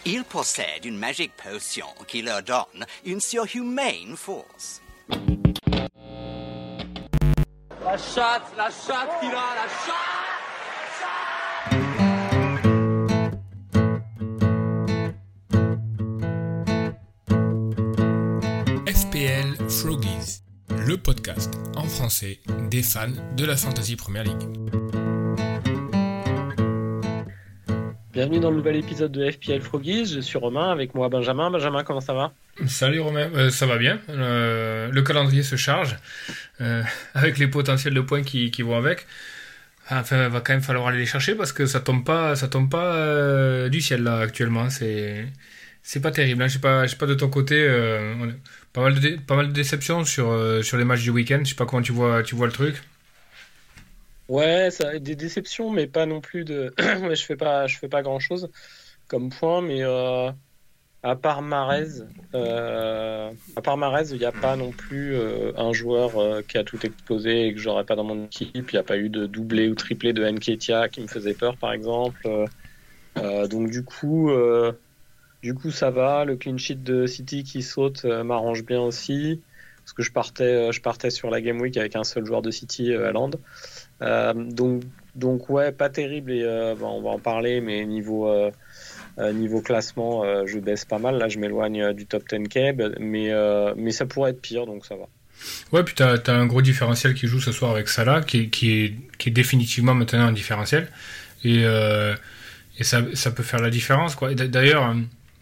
Ils possèdent une magique potion qui leur donne une surhumaine force. La chatte, Kira, la chatte! FPL Froggies, le podcast en français des fans de la Fantasy Premier League. Bienvenue dans le nouvel épisode de FPL Froggies, je suis Romain, avec moi Benjamin. Benjamin, comment ça va ? Salut Romain, ça va bien, le calendrier se charge, avec les potentiels de points qui vont avec. Enfin, il va quand même falloir aller les chercher parce que ça tombe pas du ciel là actuellement, c'est pas terrible, hein. Je sais pas de ton côté, on a pas mal de déceptions sur les matchs du week-end, je sais pas comment tu vois le truc. Ouais, ça a des déceptions, mais pas non plus de... Ouais, je fais pas grand-chose comme point, mais à part Mahrez, il n'y a pas non plus un joueur qui a tout explosé et que j'aurais pas dans mon équipe. Il n'y a pas eu de doublé ou triplé de Nketiah qui me faisait peur, par exemple. Donc du coup, ça va. Le clean sheet de City qui saute m'arrange bien aussi, parce que je partais sur la Game Week avec un seul joueur de City, Haaland. Donc ouais, pas terrible, et on va en parler, mais niveau classement, je baisse pas mal. Là, je m'éloigne du top 10K, mais ça pourrait être pire, donc ça va. Ouais, puis t'as un gros différentiel qui joue ce soir avec Salah, qui est définitivement maintenant un différentiel, et ça peut faire la différence, quoi. Et d'ailleurs,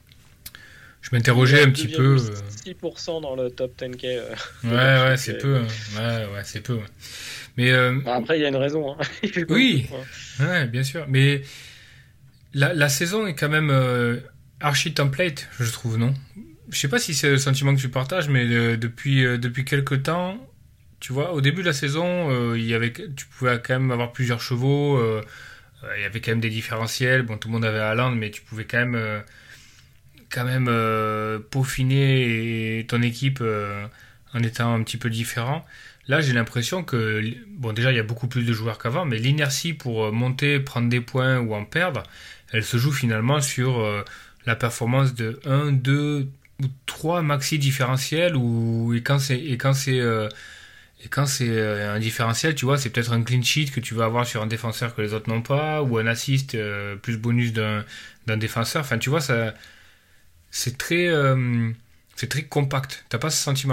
je m'interrogeais un petit peu. 6% dans le top 10K. Ouais, c'est peu. Ouais, c'est peu. Ouais. Mais après, il y a une raison. Hein. Oui, ouais, bien sûr. Mais la saison est quand même archi template, je trouve, non ? Je sais pas si c'est le sentiment que tu partages, mais depuis quelques temps, tu vois, au début de la saison, tu pouvais quand même avoir plusieurs chevaux. Il y avait quand même des différentiels. Bon, tout le monde avait Haaland, mais tu pouvais quand même peaufiner ton équipe en étant un petit peu différent. Là, j'ai l'impression que, bon, déjà, il y a beaucoup plus de joueurs qu'avant, mais l'inertie pour monter, prendre des points ou en perdre, elle se joue finalement sur la performance de 1, 2 ou 3 maxi différentiels, et quand c'est un différentiel, tu vois, c'est peut-être un clean sheet que tu vas avoir sur un défenseur que les autres n'ont pas, ou un assist plus bonus d'un défenseur. Enfin, tu vois, ça, c'est très compact. T'as pas ce sentiment-là ?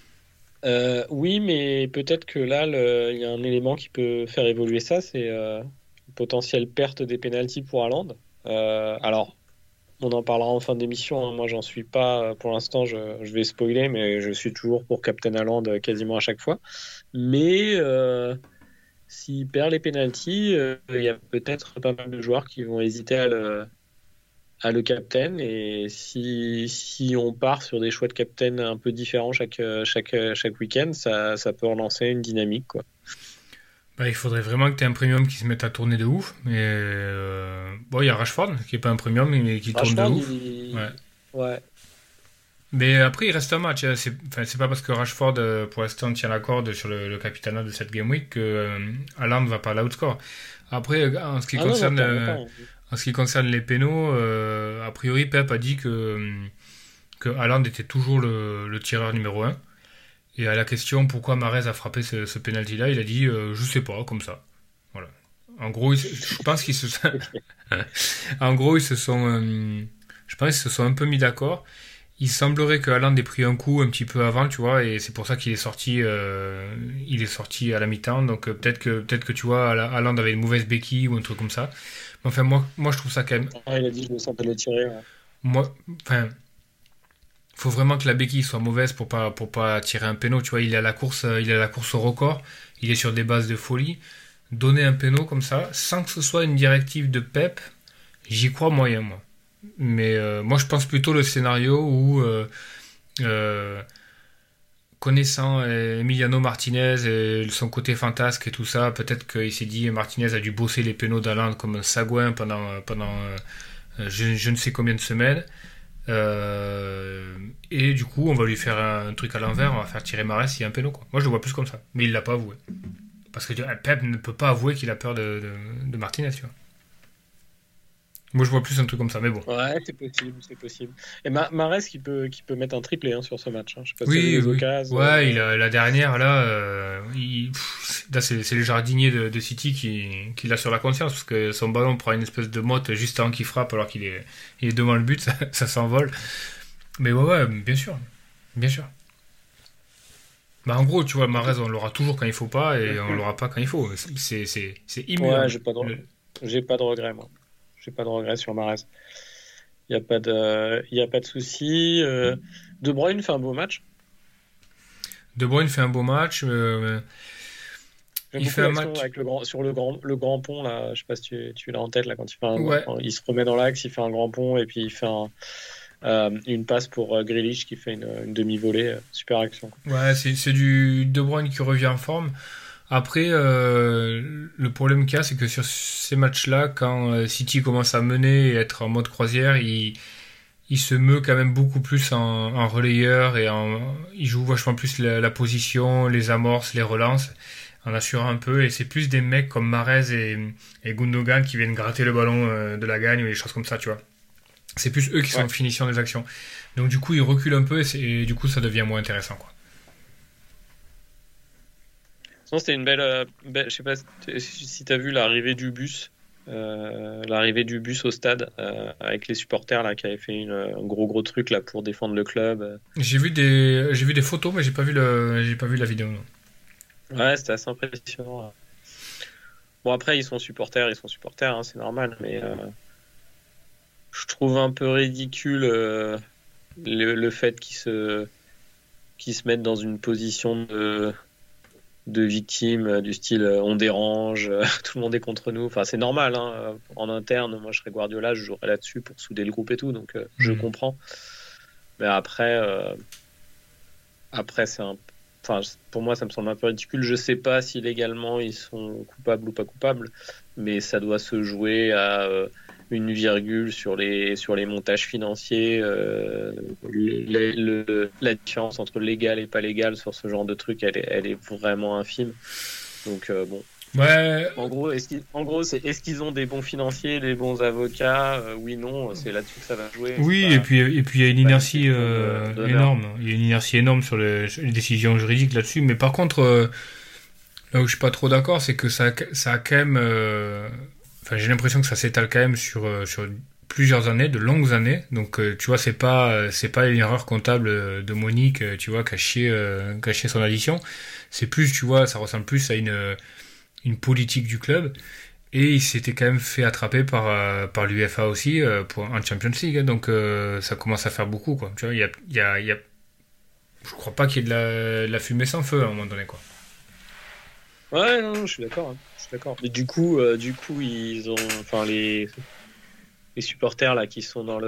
Oui, mais peut-être que là, il y a un élément qui peut faire évoluer ça, c'est une potentielle perte des pénaltys pour Haaland. Alors, on en parlera en fin d'émission, hein. Moi, j'en suis pas pour l'instant, je vais spoiler, mais je suis toujours pour Captain Haaland quasiment à chaque fois. Mais s'il perd les pénaltys, il y a peut-être pas mal de joueurs qui vont hésiter à le captain, et si on part sur des choix de captain un peu différents chaque week-end, ça peut relancer une dynamique, quoi. Bah, il faudrait vraiment que tu aies un premium qui se mette à tourner de ouf, mais bon, il y a Rashford qui est pas un premium mais qui tourne de ouf. Ouais. Mais après, il reste un match, hein. C'est pas parce que Rashford pour l'instant tient la corde sur le capitanat de cette game week que Haaland ne va pas à l'outscore. Après, en ce qui concerne les pénaux, a priori Pep a dit que Haaland était toujours le tireur numéro 1. Et à la question pourquoi Mahrez a frappé ce penalty-là, il a dit je sais pas, comme ça. Voilà. En gros, je pense qu'ils se sont je pense qu'ils se sont un peu mis d'accord. Il semblerait que Haaland ait pris un coup un petit peu avant, tu vois, et c'est pour ça qu'il est sorti à la mi-temps. Donc peut-être que tu vois, Haaland avait une mauvaise béquille ou un truc comme ça. Mais enfin, moi je trouve ça quand même. Ah, il a dit je me sentais le tirer. Ouais. Faut vraiment que la béquille soit mauvaise pour pas tirer un péno, tu vois. Il a la course au record, il est sur des bases de folie. Donner un péno comme ça, sans que ce soit une directive de Pep, j'y crois moyen, moi. Mais moi je pense plutôt le scénario où connaissant Emiliano Martinez et son côté fantasque et tout ça, peut-être qu'il s'est dit Martinez a dû bosser les pénaux d'Haaland comme un sagouin pendant je ne sais combien de semaines. Et du coup on va lui faire un truc à l'envers, on va faire tirer Mahrez s'il y a un péno, quoi. Moi je le vois plus comme ça, mais il l'a pas avoué parce que Pep ne peut pas avouer qu'il a peur de Martinez, tu vois. Moi, je vois plus un truc comme ça, mais bon. Ouais, c'est possible. Et Mahrez qui peut mettre un triplé sur ce match. Je sais pas si Oui, les oui. occasions. Ouais, la dernière, là, là c'est les jardiniers de City qui l'a sur la conscience, parce que son ballon prend une espèce de motte juste avant qu'il frappe, alors qu'il est devant le but, ça s'envole. Mais ouais, bien sûr. Bien sûr. Bah, en gros, tu vois, Mahrez, on l'aura toujours quand il faut pas, et on l'aura pas quand il faut. C'est immuable. Ouais, j'ai pas de regret, moi. J'ai pas de regret sur Mahrez. Il y a pas de souci. De Bruyne fait un beau match. De Bruyne fait un beau match. J'aime Il beaucoup fait un l'action match. avec sur le grand pont là. Je sais pas si tu l'as en tête là quand il fait Ouais. il se remet dans l'axe, il fait un grand pont et puis il fait une passe pour Grealish qui fait une demi-volée. Super action, quoi. Ouais, c'est du De Bruyne qui revient en forme. Après, le problème qu'il y a, c'est que sur ces matchs-là, quand City commence à mener et être en mode croisière, il se meut quand même beaucoup plus en relayeur et il joue vachement plus la position, les amorces, les relances, en assurant un peu. Et c'est plus des mecs comme Mahrez et Gundogan qui viennent gratter le ballon de la gagne ou des choses comme ça, tu vois. C'est plus eux qui sont en finition des actions. Donc du coup, ils reculent un peu et du coup, ça devient moins intéressant, quoi. Sinon, c'était une belle, je sais pas si tu as vu l'arrivée du bus. L'arrivée du bus au stade avec les supporters là qui avaient fait un gros truc là pour défendre le club. J'ai vu des photos, mais j'ai pas vu la vidéo. Non. Ouais, c'était assez impressionnant. Bon, après ils sont supporters, hein, c'est normal, mais je trouve un peu ridicule le fait qu'ils se mettent dans une position de victimes du style on dérange, tout le monde est contre nous. Enfin, c'est normal, hein. En interne, moi je serais Guardiola, je jouerais là-dessus pour souder le groupe et tout, donc je comprends. Mais après enfin, pour moi ça me semble un peu ridicule. Je sais pas si légalement ils sont coupables ou pas coupables, mais ça doit se jouer à une virgule sur les montages financiers, la différence entre légal et pas légal sur ce genre de truc, elle est vraiment infime. Donc bon. Ouais. En gros, est-ce qu'ils ont des bons financiers, des bons avocats? Oui, non, c'est là-dessus que ça va jouer. Oui, et puis il y a une inertie énorme. Il y a une inertie énorme sur les décisions juridiques là-dessus. Mais par contre, là où je suis pas trop d'accord, c'est que ça a quand même. Enfin, j'ai l'impression que ça s'étale quand même sur plusieurs années, de longues années. Donc, tu vois, c'est pas une erreur comptable de Monique, tu vois, qui a chié son addition. C'est plus, tu vois, ça ressemble plus à une politique du club. Et il s'était quand même fait attraper par l'UEFA aussi en Champions League. Donc, ça commence à faire beaucoup, quoi. Tu vois, je crois pas qu'il y ait de la fumée sans feu à un moment donné, quoi. Ouais, non, je suis d'accord. Hein. Et du coup, ils ont, enfin les supporters là qui sont dans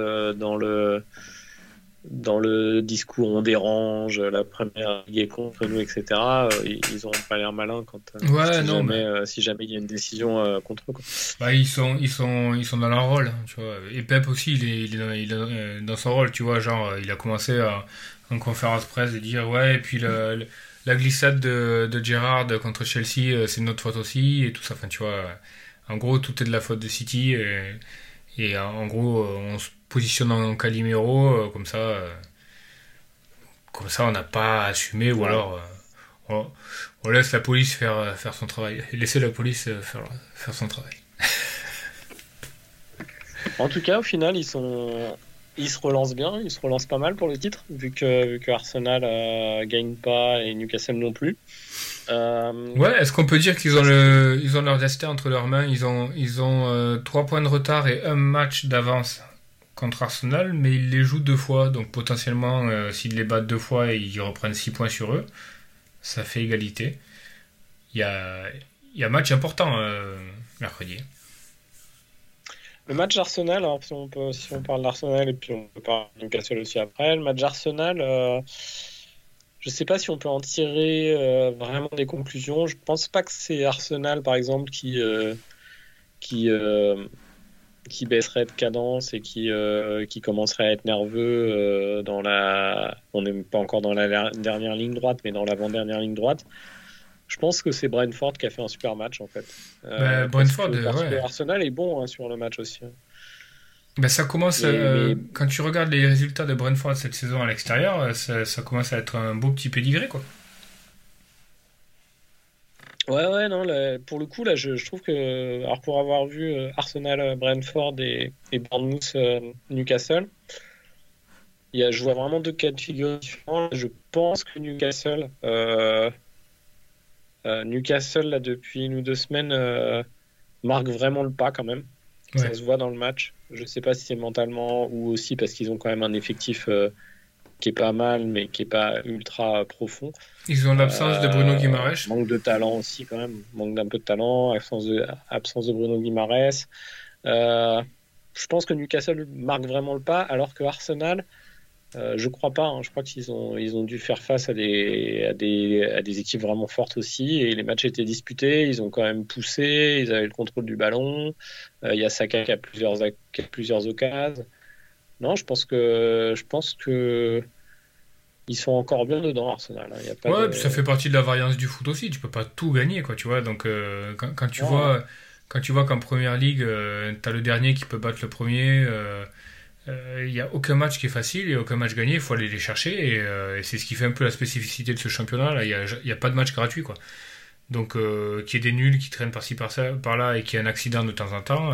le discours on dérange, la première ligue est contre nous, etc. Ils ont pas l'air malins quand si jamais il y a une décision contre eux, quoi. Bah, ils sont dans leur rôle, hein, tu vois. Et Pep aussi, il est dans son rôle, tu vois, genre il a commencé en conférence presse de dire ouais, et puis la glissade de Gerrard contre Chelsea, c'est notre faute aussi, et tout ça. Enfin, tu vois, en gros, tout est de la faute de City, et en gros, on se positionne en Calimero, comme ça, on n'a pas assumé, ou alors on laisse la police faire son travail. Laissez la police faire son travail. En tout cas, au final, ils se relancent bien, ils se relancent pas mal pour le titre, vu que Arsenal gagne pas et Newcastle non plus. Ouais, est-ce qu'on peut dire qu'ils ont leur destin entre leurs mains? Ils ont 3 points de retard et un match d'avance contre Arsenal, mais ils les jouent 2 fois, donc potentiellement, s'ils les battent 2 fois, ils reprennent 6 points sur eux. Ça fait égalité. Il y a un match important mercredi. Le match Arsenal, alors si on parle d'Arsenal et puis on peut parler de Newcastle aussi après, le match Arsenal, je sais pas si on peut en tirer vraiment des conclusions. Je pense pas que c'est Arsenal par exemple qui baisserait de cadence et qui commencerait à être nerveux on n'est pas encore dans la dernière ligne droite, mais dans l'avant-dernière ligne droite. Je pense que c'est Brentford qui a fait un super match en fait. Brentford, parce que ouais. Arsenal est bon, hein, sur le match aussi. Ben, ça commence, Mais quand tu regardes les résultats de Brentford cette saison à l'extérieur, ça commence à être un beau petit pédigré, quoi. ouais, non, là, pour le coup, là, je trouve que, alors pour avoir vu Arsenal, Brentford et Bournemouth, Newcastle, je vois vraiment deux cas de figure différents. Je pense que Newcastle là, depuis une ou deux semaines, marque vraiment le pas quand même. Ça Ouais. se voit dans le match. Je sais pas si c'est mentalement ou aussi parce qu'ils ont quand même un effectif qui est pas mal, mais qui est pas ultra profond. Ils ont l'absence de Bruno Guimaraes. Manque de talent aussi quand même. Manque d'un peu de talent, absence de Bruno Guimaraes. Je pense que Newcastle marque vraiment le pas, alors que Arsenal, je crois pas. Je crois qu'ils ont dû faire face à des équipes vraiment fortes aussi. Et les matchs étaient disputés. Ils ont quand même poussé. Ils avaient le contrôle du ballon. Il y a Saka qui a plusieurs occasions. Non, je pense que ils sont encore bien dedans, Arsenal. Il y a pas Ouais, puis ça de. fait partie de la variance du foot aussi. Tu peux pas tout gagner, quoi, tu vois. Donc, Non, quand tu vois qu'en première ligue, t'as le dernier qui peut battre le premier, il y a aucun match qui est facile et aucun match gagné. Il faut aller les chercher et c'est ce qui fait un peu la spécificité de ce championnat. Là, il y a pas de match gratuit, quoi. Donc, qu'il y ait des nuls qui traînent par-ci par-là et qu'il y ait un accident de temps en temps,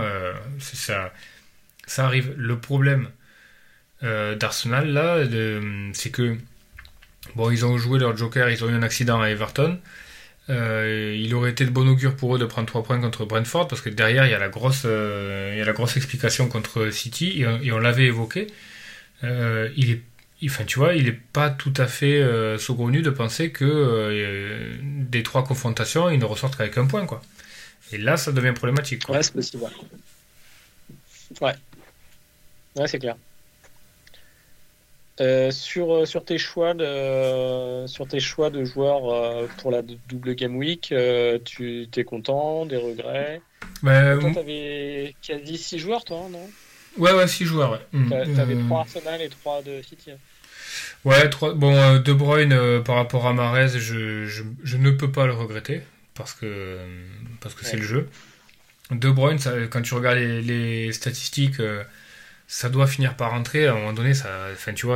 ça arrive. Le problème d'Arsenal là, c'est que bon, ils ont joué leur joker, ils ont eu un accident à Everton. Il aurait été de bon augure pour eux de prendre 3 points contre Brentford parce que derrière il y a la grosse explication contre City et on l'avait évoqué. Enfin, tu vois, il est pas tout à fait saugrenu de penser que des 3 confrontations, ils ne ressortent qu'avec un point, quoi. Et là, ça devient problématique, quoi. ouais, c'est possible. Ouais, ouais, c'est clair. Sur tes choix de joueurs pour la double game week, tu t'es content, des regrets? Ben, Toi, t'avais quasi 6 joueurs, toi, non? ouais, 6 joueurs, ouais. T'avais 3 Arsenal et 3 de City. Ouais, bon, De Bruyne, par rapport à Mahrez, je ne peux pas le regretter parce que c'est Ouais. le jeu. De Bruyne, quand tu regardes les statistiques, ça doit finir par rentrer. À un moment donné, enfin, tu vois,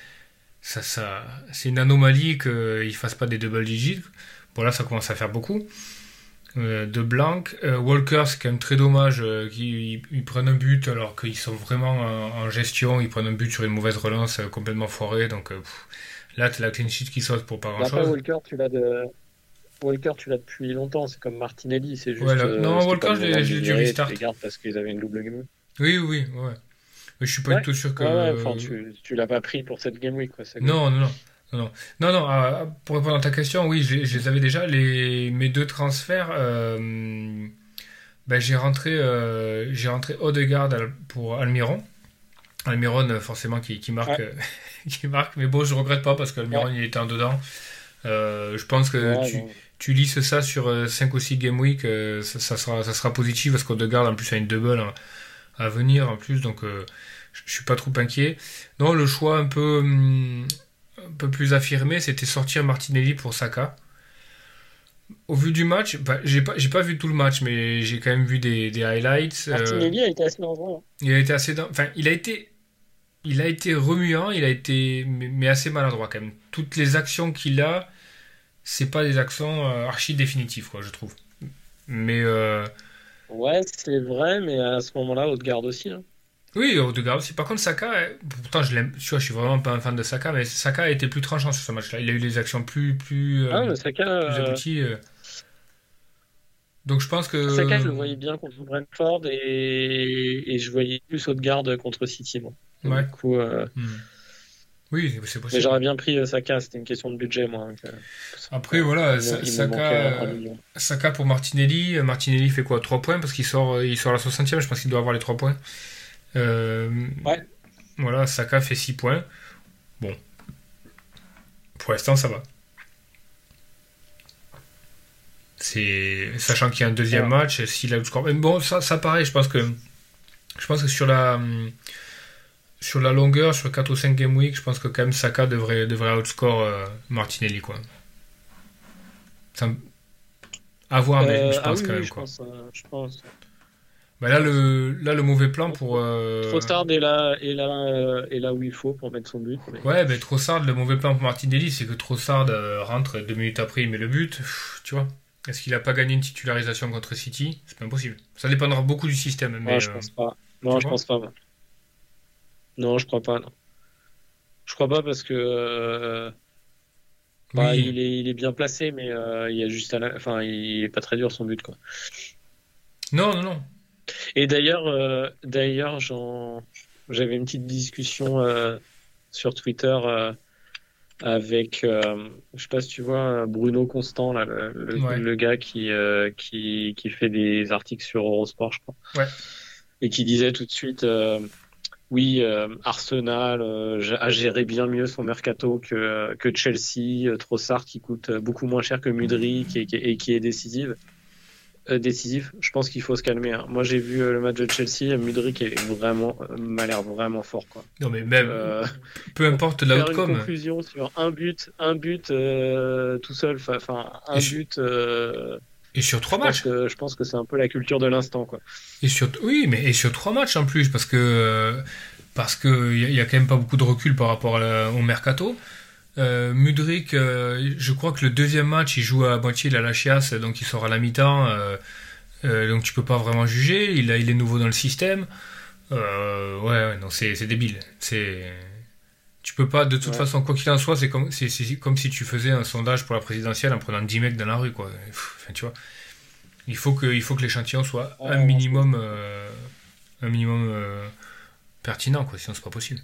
c'est une anomalie qu'il fasse pas des double digits. Bon, là, ça commence à faire beaucoup. De Blanc, Walker, c'est quand même très dommage qu'ils ils prennent un but alors qu'ils sont vraiment en gestion. Ils prennent un but sur une mauvaise relance complètement foirée. Donc là, t'as la clean sheet qui saute pour pas grand Mais après, chose. Walker, tu l'as depuis longtemps. C'est comme Martinelli. C'est Ouais, juste, non, c'était pas Walker, le moment de je les l'ai dû virer. Tu restart. les gardes parce qu'ils avaient une double game week. Oui, oui, ouais. Mais je suis pas du Ouais, tout sûr ouais. Enfin, que. tu l'as pas pris pour cette game week, quoi. C'est Non, non, non. Non, non. Non, non, pour répondre à ta question, oui, je les avais déjà. Mes 2 transferts, ben, j'ai rentré Odegaard pour Almiron. Almiron, forcément, qui marque, ouais, qui marque. Mais bon, je regrette pas parce ouais, qu'Almiron, il était en dedans. Je pense que ouais, tu, non. tu lisses ça sur 5 ou 6 game week, ça sera positif parce qu'Odegaard, en plus, a une double à venir en plus. Donc, je suis pas trop inquiet. Non, le choix un peu plus affirmé, c'était sortir Martinelli pour Saka. Au vu du match, bah, j'ai pas vu tout le match, mais j'ai quand même vu des highlights. Martinelli a été assez dangereux. Il a été enfin, il a été remuant, mais assez maladroit quand même. Toutes les actions qu'il a, c'est pas des actions archi définitives, quoi, je trouve. Mais Ouais, c'est vrai, mais à ce moment-là, Odegaard aussi. Hein. oui, Odegaard aussi. Par contre, Saka, pourtant je l'aime. Tu vois, je suis vraiment pas un fan de Saka, mais Saka a été plus tranchant sur ce match-là. Il a eu des actions Ah, mais Saka, plus abouties. Donc je pense Saka, je que le voyais bien contre Brentford et je voyais plus Odegaard contre City. Moi. Donc, ouais. du coup, Hmm. Oui, c'est mais possible. j'aurais bien pris Saka, c'était une question de budget, moi. Donc, Après, voilà, il me manquait 1 Saka, million. Saka pour Martinelli. Martinelli fait quoi? 3 points parce qu'il sort à la 60e. Je pense qu'il doit avoir les 3 points. Euh, Ouais, voilà, Saka fait 6 points. Bon, pour l'instant, ça va. Sachant qu'il y a un deuxième voilà. match, s'il a le score. Mais bon, ça pareil, je pense que sur la longueur, sur 4 ou 5 game week, je pense que quand même Saka devrait outscore Martinelli, quoi. Ça, à voir, mais je Ah pense oui, quand oui, même, je quoi. pense. Je pense. Bah là, le mauvais plan pour. Trossard est là où il faut pour mettre son but. Mais... Ouais, mais Trossard, le mauvais plan pour Martinelli, c'est que Trossard rentre 2 minutes après, il met le but. Tu vois. Est-ce qu'il a pas gagné une titularisation contre City? C'est pas impossible. Ça dépendra beaucoup du système. Mais, je pense pas. Non, je pense pas. Non, je crois pas. Non. Je crois pas parce que oui. il est bien placé, mais il y a juste enfin, il est pas très dur son but, quoi. Non. Et d'ailleurs, j'avais une petite discussion sur Twitter avec, je sais pas si tu vois, Bruno Constant, là, Ouais. le gars qui fait des articles sur Eurosport, je crois. Ouais. Et qui disait tout de suite, oui, Arsenal a géré bien mieux son mercato que Chelsea, Trossard qui coûte beaucoup moins cher que Mudryk et qui est décisif. Je pense qu'il faut se calmer. Hein. Moi, j'ai vu le match de Chelsea. Mudryk m'a l'air vraiment fort, quoi. Non, mais même, peu importe faire l'outcome. Une conclusion sur un but tout seul, enfin but. Et sur 3 matchs. Je pense que c'est un peu la culture de l'instant, quoi. Oui, mais et sur 3 matchs en plus, parce que y a quand même pas beaucoup de recul par rapport au mercato. Mudryk, je crois que le deuxième match, il joue à moitié, il a la chiasse, donc il sort à la mi-temps, donc tu peux pas vraiment juger. Il est nouveau dans le système. Ouais, non, c'est débile. Tu peux pas, de toute façon, quoi qu'il en soit, c'est comme si tu faisais un sondage pour la présidentielle en prenant 10 mecs dans la rue, quoi. Enfin, tu vois. Il faut que l'échantillon soit un minimum pertinent, quoi, sinon c'est pas possible.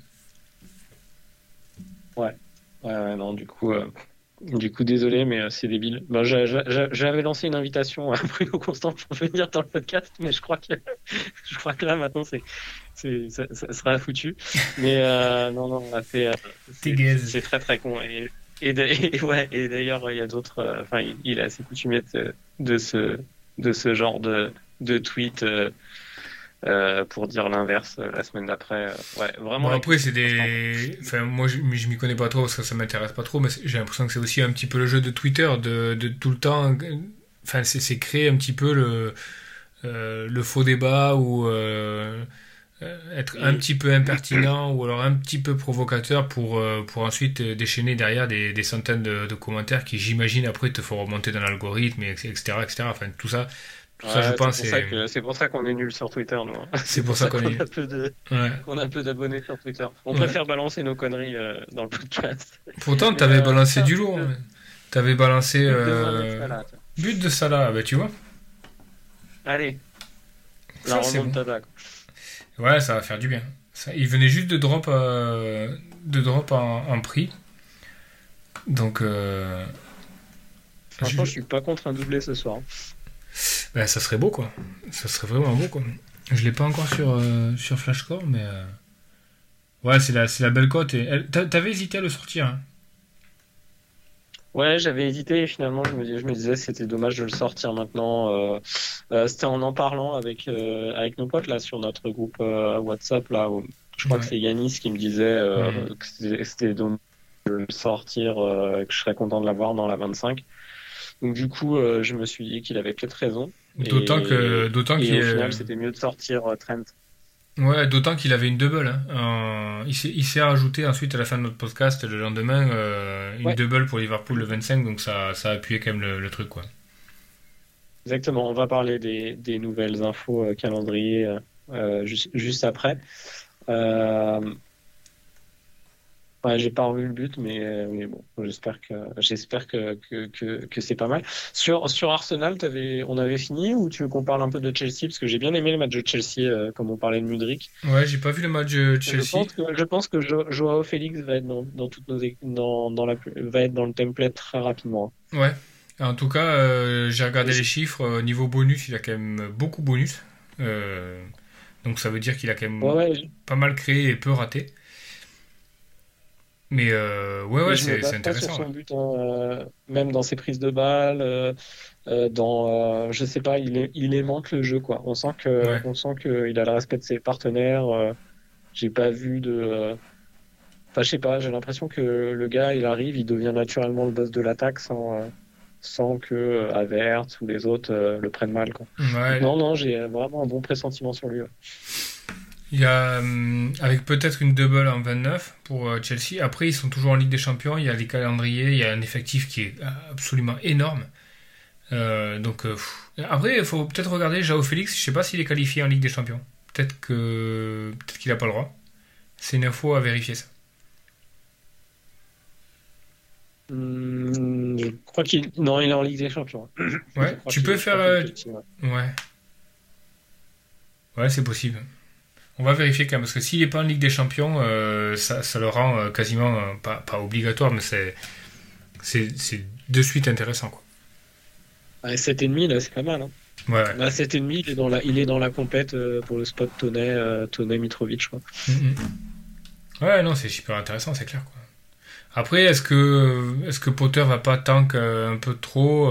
Ouais, non, du coup, désolé, mais c'est débile. Ben, j'avais lancé une invitation à Bruno Constant pour venir dans le podcast, mais je crois que là, maintenant, ça sera foutu. Mais non, c'est très, très con. Et d'ailleurs, il y a d'autres. Enfin, il est assez coutumier de ce genre de tweet. Pour dire l'inverse la semaine d'après. Ouais, vraiment. Bon, après, c'est des. Enfin, moi, je m'y connais pas trop parce que ça m'intéresse pas trop, mais j'ai l'impression que c'est aussi un petit peu le jeu de Twitter, de tout le temps. Enfin, c'est créer un petit peu le faux débat ou être un petit peu impertinent ou alors un petit peu provocateur pour ensuite déchaîner derrière des centaines de commentaires qui, j'imagine, après te font remonter dans l'algorithme, etc., etc. Enfin, tout ça. Ça, je pense, c'est pour ça qu'on est nul sur Twitter, nous. C'est pour ça qu'on a peu d'abonnés sur Twitter. On préfère balancer nos conneries dans le podcast. Pourtant, t'avais balancé du lourd. T'avais balancé but de Salah, bah tu vois. Allez, la remontada. Ouais, ça va faire du bien. Il venait juste de drop en prix. Donc. Franchement, je suis pas contre un doublé ce soir. Ben, ça serait beau, quoi. Ça serait vraiment beau, quoi. Je l'ai pas encore sur Flashcore, mais ouais, c'est la belle cote. T'avais hésité à le sortir, hein. Ouais, j'avais hésité et finalement je me disais c'était dommage de le sortir maintenant. C'était en parlant avec nos potes là sur notre groupe WhatsApp là. Où je crois que c'est Yanis qui me disait que c'était dommage de le sortir, que je serais content de l'avoir dans la 25. Donc du coup, je me suis dit qu'il avait peut-être raison. D'autant au final, c'était mieux de sortir Trent. Ouais, d'autant qu'il avait une double. Hein. Il s'est rajouté ensuite à la fin de notre podcast le lendemain une double pour Liverpool le 25, donc ça a appuyé quand même le truc, quoi. Exactement. On va parler des nouvelles infos calendrier juste après. Ouais, j'ai pas revu le but, mais bon, j'espère que c'est pas mal. Sur Arsenal, on avait fini ou tu veux qu'on parle un peu de Chelsea parce que j'ai bien aimé le match de Chelsea comme on parlait de Mudryk. Ouais, j'ai pas vu le match de Chelsea. Je pense que Joao Félix va être dans toutes nos va être dans le template très rapidement. Ouais. En tout cas, j'ai regardé les chiffres. Niveau bonus, il a quand même beaucoup bonus. Donc ça veut dire qu'il a quand même pas mal créé et peu raté. Mais c'est intéressant. Sur son but, même dans ses prises de balles, je sais pas, il aimante le jeu, quoi. On sent qu'il a le respect de ses partenaires. J'ai pas vu de. Enfin, je sais pas, j'ai l'impression que le gars, il arrive, il devient naturellement le boss de l'attaque sans sans que Havertz ou les autres le prennent mal, quoi. Ouais. Non, j'ai vraiment un bon pressentiment sur lui. Ouais. Il y a, avec peut-être une double en 29 pour Chelsea. Après, ils sont toujours en Ligue des Champions. Il y a les calendriers. Il y a un effectif qui est absolument énorme. Après, il faut peut-être regarder Joao Félix. Je sais pas s'il est qualifié en Ligue des Champions. Peut-être qu'il n'a pas le droit. C'est une info à vérifier, ça. Je crois non, il est en Ligue des Champions. Ouais, tu peux faire. Ouais. Ouais, c'est possible. On va vérifier quand même, parce que s'il n'est pas en Ligue des Champions, ça le rend quasiment pas obligatoire, mais c'est de suite intéressant, quoi. Ouais, 7,5 là, c'est pas mal. Hein. Ouais. Bah, 7,5, il est dans la compète pour le spot Toney Mitrovic, je crois. Ouais, non, c'est super intéressant, c'est clair, quoi. Après, est-ce que Potter va pas tank un peu trop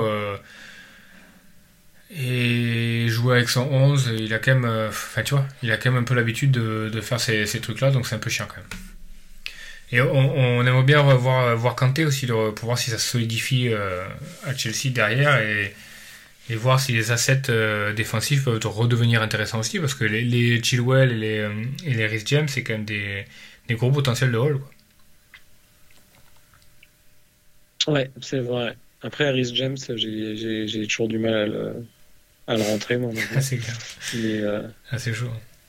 et jouer avec son 11? Il a quand même, tu vois, il a quand même un peu l'habitude de faire ces trucs-là, donc c'est un peu chiant quand même. Et on aimerait bien voir Kanté aussi pour voir si ça se solidifie à Chelsea derrière et voir si les assets défensifs peuvent redevenir intéressants aussi, parce que les Chilwell et les Reece James, c'est quand même des gros potentiels de rôle, quoi. Ouais, c'est vrai. Après, Reece James, j'ai toujours du mal à le rentrer, moi. C'est clair. C'est chaud.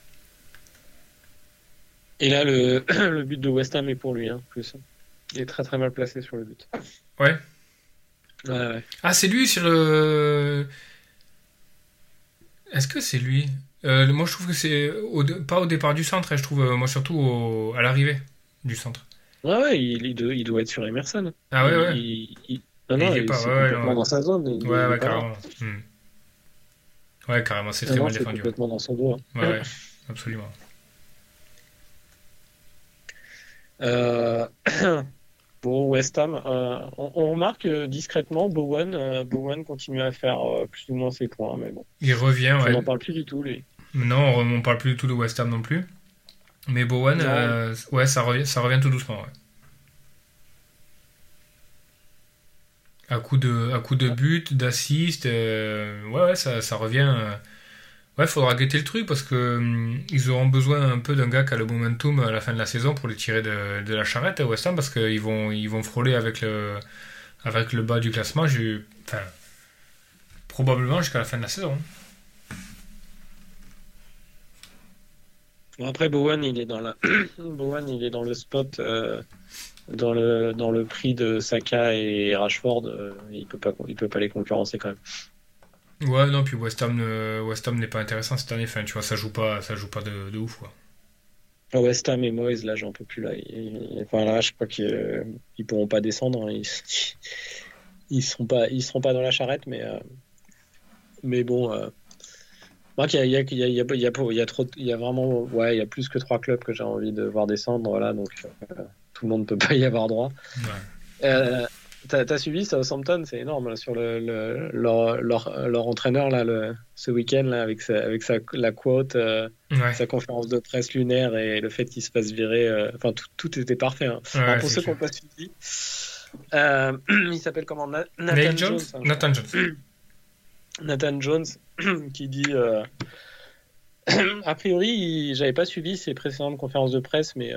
Et là, le but de West Ham est pour lui, hein, plus. Il est très très mal placé sur le but. Ouais. Ouais. Ah, c'est lui sur le... Est-ce que c'est lui? Moi, je trouve que c'est pas au départ du centre, je trouve, moi, surtout à l'arrivée du centre. Ouais, il doit être sur Emerson. Ah ouais. Non, il est pas, complètement dans sa zone. Ouais, carrément. Ouais, carrément, c'est très mal défendu. Complètement dans son dos. Hein. Ouais, absolument. Bon, West Ham, on remarque discrètement, Bowen continue à faire plus ou moins ses points, mais bon. Il revient, ouais. On n'en parle plus du tout, lui. Non, on parle plus du tout de West Ham non plus. Mais Bowen, ouais, ça revient tout doucement, ouais. À coup de but, d'assist, ouais, ça revient. Ouais, faudra guetter le truc parce que ils auront besoin un peu d'un gars qui a le momentum à la fin de la saison pour les tirer de la charrette à West Ham, parce qu'ils vont frôler avec le bas du classement, probablement jusqu'à la fin de la saison. Bon, après, Bowen, il est dans le spot dans le prix de Saka et Rashford. Il peut pas les concurrencer quand même. Ouais, non, puis West Ham n'est pas intéressant cette année. Enfin, tu vois, ça joue pas de ouf, quoi. West Ham et Moyes, là, j'en peux plus. Là, je crois qu'ils pourront pas descendre. Hein. Ils seront pas dans la charrette, mais bon. Il y a vraiment, ouais, il y a plus que 3 clubs que j'ai envie de voir descendre là, donc tout le monde peut pas y avoir droit. Ouais. T'as suivi Southampton, c'est énorme là, sur leur entraîneur là ce week-end là avec la quote, ouais. Sa conférence de presse lunaire et le fait qu'il se fasse virer. Enfin tout était parfait. Hein. Ouais, alors, pour ceux qui n'ont pas suivi, il s'appelle comment? Nathan Jones. Nathan Jones. Nathan Jones qui dit a priori j'avais pas suivi ses précédentes conférences de presse, mais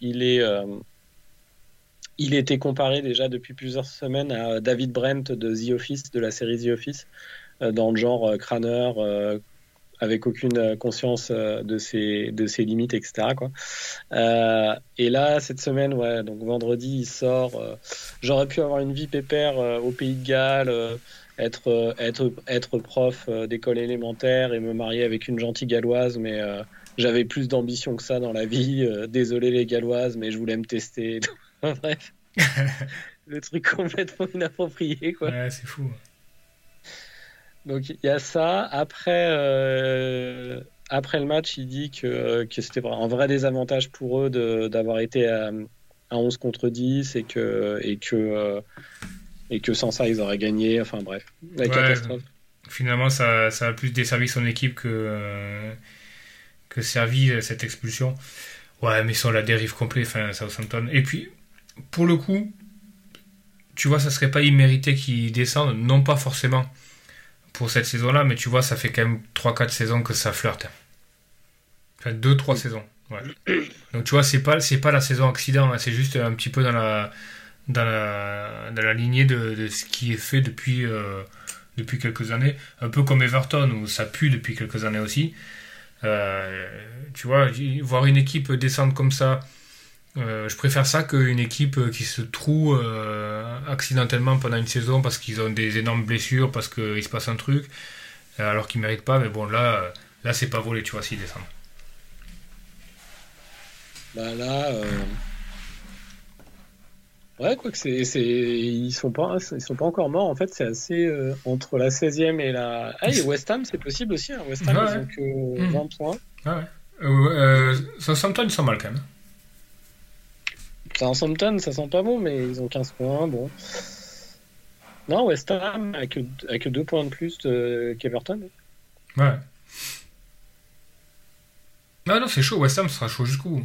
il était comparé déjà depuis plusieurs semaines à David Brent de The Office, de la série The Office, dans le genre crâneur, avec aucune conscience de ses limites, etc. Quoi. Et là, cette semaine, ouais, donc vendredi, il sort. J'aurais pu avoir une vie pépère au Pays de Galles, être prof d'école élémentaire et me marier avec une gentille galloise, mais j'avais plus d'ambition que ça dans la vie. Désolé les galloises, mais je voulais me tester. Bref, le truc complètement inapproprié, quoi. Ouais, c'est fou. Donc il y a ça. Après le match, il dit que c'était un vrai désavantage pour eux d'avoir été à 11 contre 10 et que sans ça ils auraient gagné. Enfin bref, la catastrophe. Finalement, ça a plus desservi son équipe que servi cette expulsion. Ouais, mais ils sont à la dérive complète, Southampton. Et puis, pour le coup, tu vois, ça serait pas immérité qu'ils descendent, non pas forcément pour cette saison-là, mais tu vois, ça fait quand même 3-4 saisons que ça flirte. Enfin, 2-3 saisons. Ouais. Donc tu vois, c'est pas la saison accident, hein, c'est juste un petit peu dans la lignée de ce qui est fait depuis quelques années. Un peu comme Everton, où ça pue depuis quelques années aussi. Tu vois, voir une équipe descendre comme ça, je préfère ça qu'une équipe qui se troue accidentellement pendant une saison parce qu'ils ont des énormes blessures, parce qu'il se passe un truc, alors qu'ils méritent pas. Mais bon, là c'est pas volé, tu vois, s'ils descendent. Bah là, ouais, quoi que ils sont pas encore morts. En fait, c'est assez entre la 16e et la. Ah, et West Ham, c'est possible aussi. Hein. West Ham, Ouais, ils ont que 20 points. Ah ouais. Southampton, ils sont mal quand même. Southampton, ça sent pas bon, mais ils ont 15 points. Bon. Non, West Ham a que 2 points de plus qu'Everton. Ouais. Non, c'est chaud. West Ham sera chaud jusqu'au bout.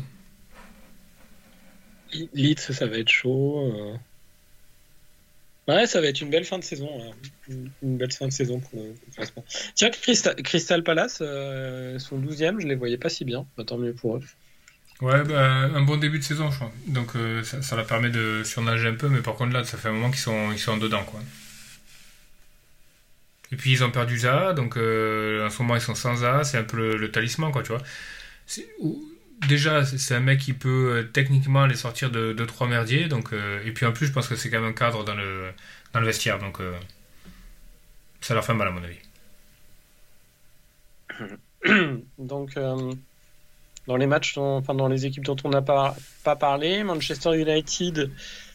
Leeds, ça va être chaud. Ouais, ça va être une belle fin de saison. Là. Une belle fin de saison pour le classement. Tiens, Crystal Palace, sont 12e, je les voyais pas si bien. Bah, tant mieux pour eux. Ouais, un bon début de saison, je crois. Donc ça leur permet de surnager un peu, mais par contre là, ça fait un moment qu'ils sont dedans, quoi. Et puis ils ont perdu Zaha, donc en ce moment ils sont sans Zaha, c'est un peu le talisman, quoi, tu vois. Déjà, c'est un mec qui peut techniquement les sortir de 2-3 merdiers, donc, et puis en plus, je pense que c'est quand même un cadre dans le vestiaire, donc ça leur fait mal, à mon avis. Donc, dans les matchs, dans les équipes dont on n'a pas parlé, Manchester United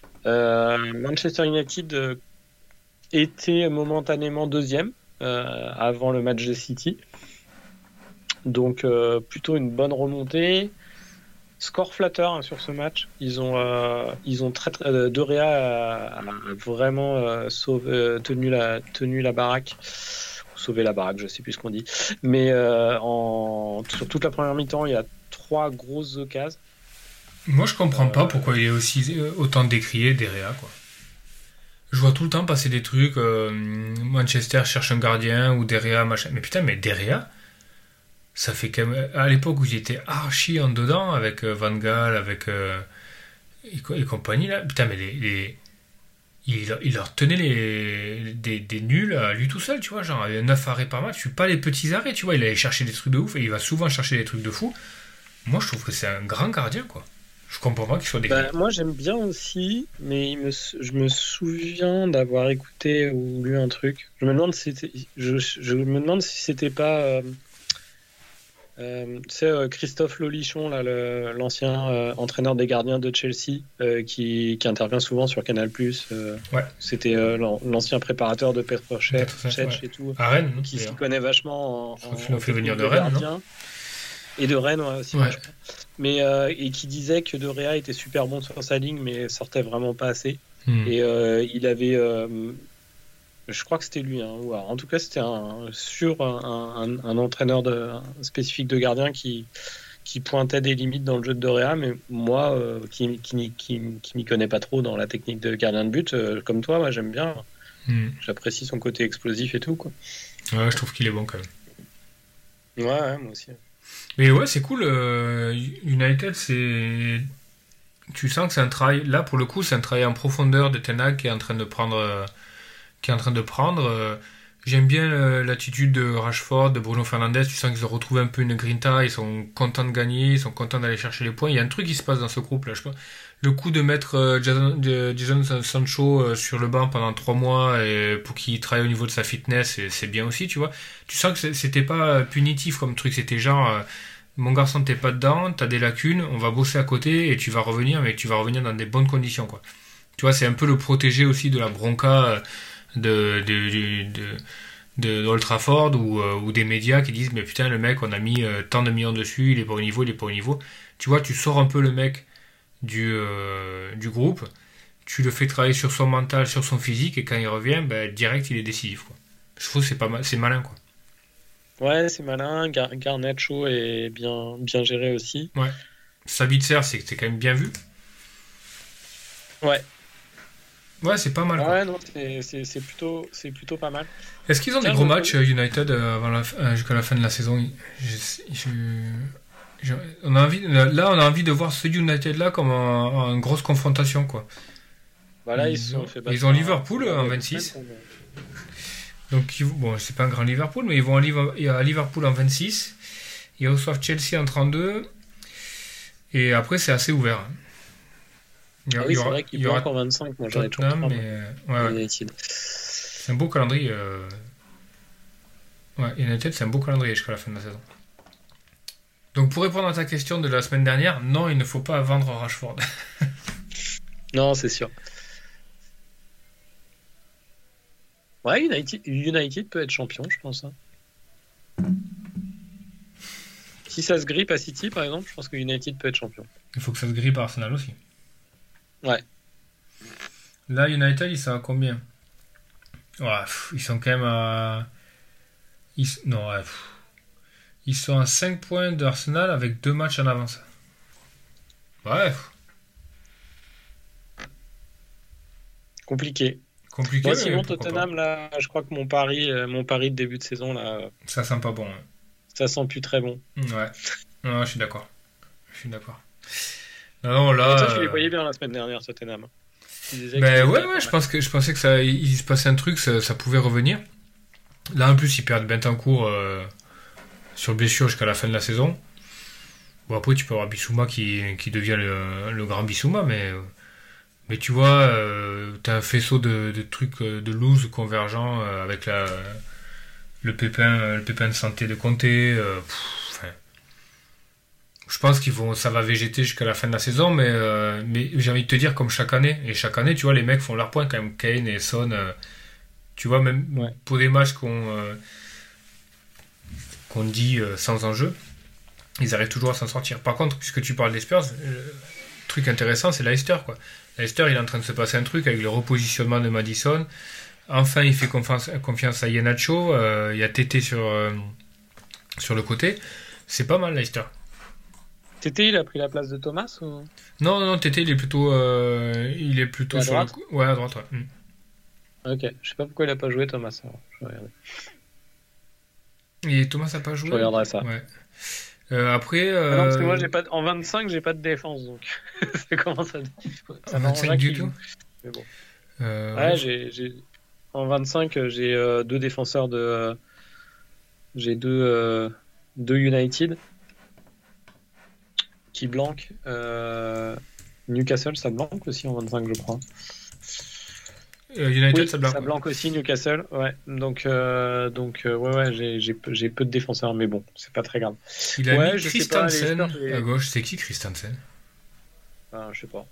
était momentanément 2e avant le match de City. Donc plutôt une bonne remontée. Score flatteur, hein, sur ce match. Ils ont De Gea a vraiment tenu la baraque. Sauver la baraque, je sais plus ce qu'on dit. Mais sur toute la première mi-temps, il y a 3 grosses occasions. Moi, je comprends pas pourquoi il est aussi autant décrié, De Gea, quoi. Je vois tout le temps passer des trucs. Manchester cherche un gardien ou De Gea, machin. Mais putain, mais De Gea, ça fait quand même. À l'époque où j'étais archi en dedans avec Van Gaal, avec et compagnie là. Putain, mais il leur tenait des nuls à lui tout seul, tu vois. Genre 9 arrêts par match. Je suis pas les petits arrêts, tu vois. Il allait chercher des trucs de ouf et il va souvent chercher des trucs de fou. Moi, je trouve que c'est un grand gardien, quoi. Je comprends pas qu'il soit décrié. Moi, j'aime bien aussi, mais je me souviens d'avoir écouté ou lu un truc. Je me demande si c'était pas Christophe Lolichon, là, l'ancien entraîneur des gardiens de Chelsea, qui intervient souvent sur Canal+. Ouais. C'était l'ancien préparateur de Petr Cech et tout, à Rennes, qui s'y connaît vachement en fait venir de Rennes, non ? Et de Rennes, ouais, aussi, ouais. Je crois. Mais et qui disait que De Gea était super bon sur sa ligne, mais sortait vraiment pas assez. Et il avait, je crois que c'était lui, hein, ou alors, en tout cas c'était un entraîneur spécifique de gardien qui pointait des limites dans le jeu de Gea. Mais moi, qui m'y connais pas trop dans la technique de gardien de but, comme toi, moi j'aime bien. J'apprécie son côté explosif et tout, quoi. Ouais, je trouve qu'il est bon quand même. Ouais, moi aussi. Mais ouais, c'est cool. United, tu sens que c'est un travail. Là, pour le coup, c'est un travail en profondeur de Ten Hag qui est en train de prendre. J'aime bien l'attitude de Rashford, de Bruno Fernandes. Tu sens qu'ils ont retrouvé un peu une grinta. Ils sont contents de gagner. Ils sont contents d'aller chercher les points. Il y a un truc qui se passe dans ce groupe-là. Je pense. Le coup de mettre Jadon Sancho sur le banc pendant 3 mois pour qu'il travaille au niveau de sa fitness, c'est bien aussi, tu vois. Tu sens que c'était pas punitif comme truc. C'était genre, mon garçon, t'es pas dedans, t'as des lacunes, on va bosser à côté et tu vas revenir, mais tu vas revenir dans des bonnes conditions, quoi. Tu vois, c'est un peu le protégé aussi de la bronca de Old Trafford ou des médias qui disent mais putain, le mec, on a mis tant de millions dessus, il est pas au niveau. Tu vois, tu sors un peu le mec du groupe, tu le fais travailler sur son mental, sur son physique, et quand il revient, direct il est décisif, quoi. Je trouve que c'est pas mal, c'est malin, quoi. Ouais, c'est malin. Garnacho est bien géré aussi. Ouais. Sabitzer, c'est quand même bien vu. Ouais. Ouais, c'est pas mal. Ah Quoi. ouais, non, c'est plutôt pas mal. Est-ce qu'ils ont Tiens, des gros je me matchs United jusqu'à la fin de la saison on a envie, là, on a envie de voir ce United-là comme une grosse confrontation. Quoi. Bah là, Ils ils se sont fait battre ont par- Liverpool en 26. Donc, bon, c'est pas un grand Liverpool, mais ils vont à Liverpool en 26. Ils reçoivent Chelsea en 32. Et après, c'est assez ouvert. Il y Ah a- oui, il y c'est aura- vrai qu'il il y peut aura encore 25. Moi, j'en ai toujours Tottenham, 3. mais United. c'est un beau calendrier. Ouais, United, c'est un beau calendrier jusqu'à la fin de la saison. Donc, pour répondre à ta question de la semaine dernière, non, il ne faut pas vendre Rashford. Non, c'est sûr. Ouais, United peut être champion, je pense. Hein. Si ça se grippe à City, par exemple, je pense que United peut être champion. Il faut que ça se grille par Arsenal aussi. Ouais. Là, United, ils sont à combien? Ouais, ils sont quand même à... Non, ouais, ils sont à 5 points d'Arsenal avec 2 matchs en avance. Ouais, Compliqué. compliqué, Bon, mais sinon, pourquoi Tottenham, là, je crois que mon pari de début de saison, là, pas. Ça sent pas bon. ça sent plus très bon. Ouais, non, je suis d'accord. Non, là... Et toi, tu les voyais bien la semaine dernière, Tottenham. Tu disais Ben qu'ils ouais, étaient pas mal. je pensais que ça, il se passait un truc, ça pouvait revenir. Là, en plus, ils perdent Bentancur sur blessure jusqu'à la fin de la saison. Bon, après, tu peux avoir Bissouma qui devient le grand Bissouma, mais tu vois, t'as un faisceau de trucs de loose convergents avec le pépin de santé de Conte. Je pense ça va végéter jusqu'à la fin de la saison, mais j'ai envie de te dire comme chaque année. Et chaque année, tu vois, les mecs font leur point quand même. Kane et Son, tu vois, même Ouais. pour des matchs qu'on dit sans enjeu, ils arrivent toujours à s'en sortir. Par contre, puisque tu parles des Spurs, le truc intéressant, c'est Leicester, quoi. Leicester, il est en train de se passer un truc avec le repositionnement de Maddison. Enfin, il fait confiance à Iheanacho. Il y a Tété sur le côté. C'est pas mal, Leicester. Tété, il a pris la place de Thomas ou... Non, Tété, il est plutôt À sur droite le... Ouais, à droite, ouais. Ok, je sais pas pourquoi il a pas joué Thomas. Alors, je vais regarder. Et Thomas n'a pas joué. Je regarderai ça. Ouais. Après... Ah non, parce que moi, en 25, j'ai pas de défense, donc ça commence à... Ça en m'arrange 25 du qu'il- tout. Mais bon. Ouais, En 25, j'ai deux défenseurs de... j'ai deux United qui blanquent. Newcastle, ça blanque aussi en 25, je crois. United, Oui, ça blanque. ça blanque aussi, Newcastle. Ouais. Donc, ouais, j'ai peu de défenseurs, mais bon, c'est pas très grave. Il a Ouais, mis je sais pas, Christensen Leicester, à gauche. C'est qui Christensen? Enfin, je sais pas.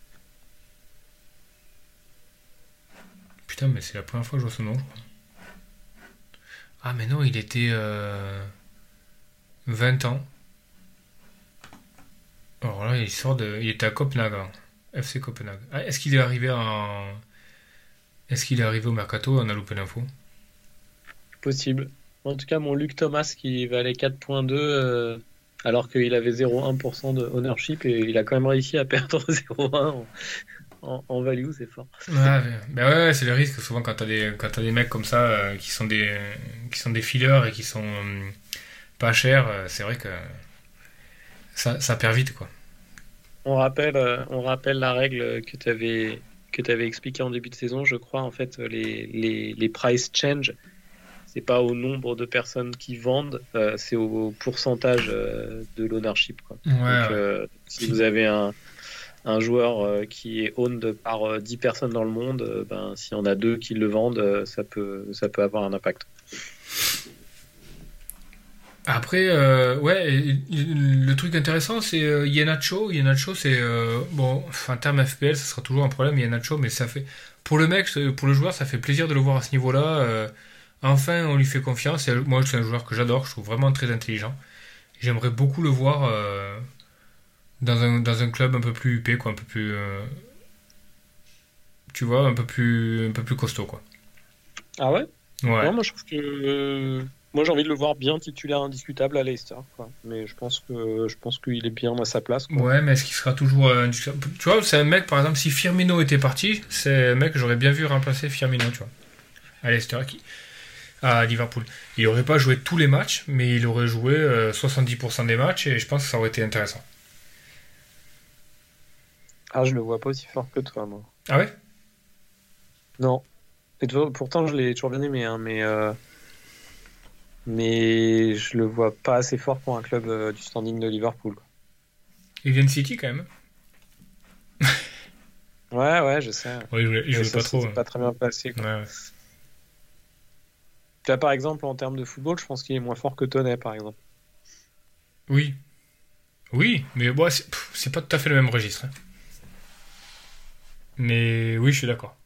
Putain, mais c'est la première fois que je vois son nom, je crois. Ah, mais non, il était 20 ans. Alors là, il était à Copenhague, hein. FC Copenhague. Ah, est-ce qu'il est arrivé au Mercato? On a loupé l'info. Possible. En tout cas, mon Luc Thomas qui valait 4.2 alors qu'il avait 0,1% de ownership et il a quand même réussi à perdre 0,1 en value, c'est fort. Ouais, ouais, c'est le risque. Souvent, quand t'as des mecs comme ça qui sont des fileurs et qui sont pas chers, c'est vrai que ça perd vite, quoi. On rappelle la règle que tu avais expliqué en début de saison, je crois. En fait, les price change, c'est pas au nombre de personnes qui vendent, c'est au pourcentage de l'ownership, quoi. Ouais, Donc, ouais. si vous avez un joueur qui est owned par 10 personnes dans le monde, s'il y en a deux qui le vendent, ça peut avoir un impact. Après, ouais, le truc intéressant, c'est Iheanacho. Iheanacho, c'est bon, en termes FPL, ça sera toujours un problème, Iheanacho, mais ça fait pour le mec, pour le joueur, ça fait plaisir de le voir à ce niveau-là. Enfin, on lui fait confiance. Et moi, c'est un joueur que j'adore, je trouve vraiment très intelligent. J'aimerais beaucoup le voir dans un club un peu plus huppé, quoi, un peu plus, tu vois, un peu plus costaud, quoi. Ah ouais? Ouais. Non, moi je trouve que Moi, j'ai envie de le voir bien titulaire indiscutable à Leicester, quoi. Mais je pense qu'il est bien à sa place, quoi. Ouais, mais est-ce qu'il sera toujours indiscutable ? Tu vois, c'est un mec, par exemple, si Firmino était parti, c'est un mec que j'aurais bien vu remplacer Firmino, tu vois. À Leicester, à Liverpool. Il n'aurait pas joué tous les matchs, mais il aurait joué 70% des matchs et je pense que ça aurait été intéressant. Ah, je le vois pas aussi fort que toi, moi. Ah ouais ? Non. Et pourtant, je l'ai toujours bien aimé, hein, mais je le vois pas assez fort pour un club du standing de Liverpool, quoi. Il vient de City quand même. Ouais, je sais. Ouais, il jouait ça, pas trop. c'est pas très bien passé, quoi. Ouais. Tu vois, par exemple, en termes de football, je pense qu'il est moins fort que Toney, par exemple. Oui. Oui, mais bon, c'est pas tout à fait le même registre, hein. Mais oui, je suis d'accord.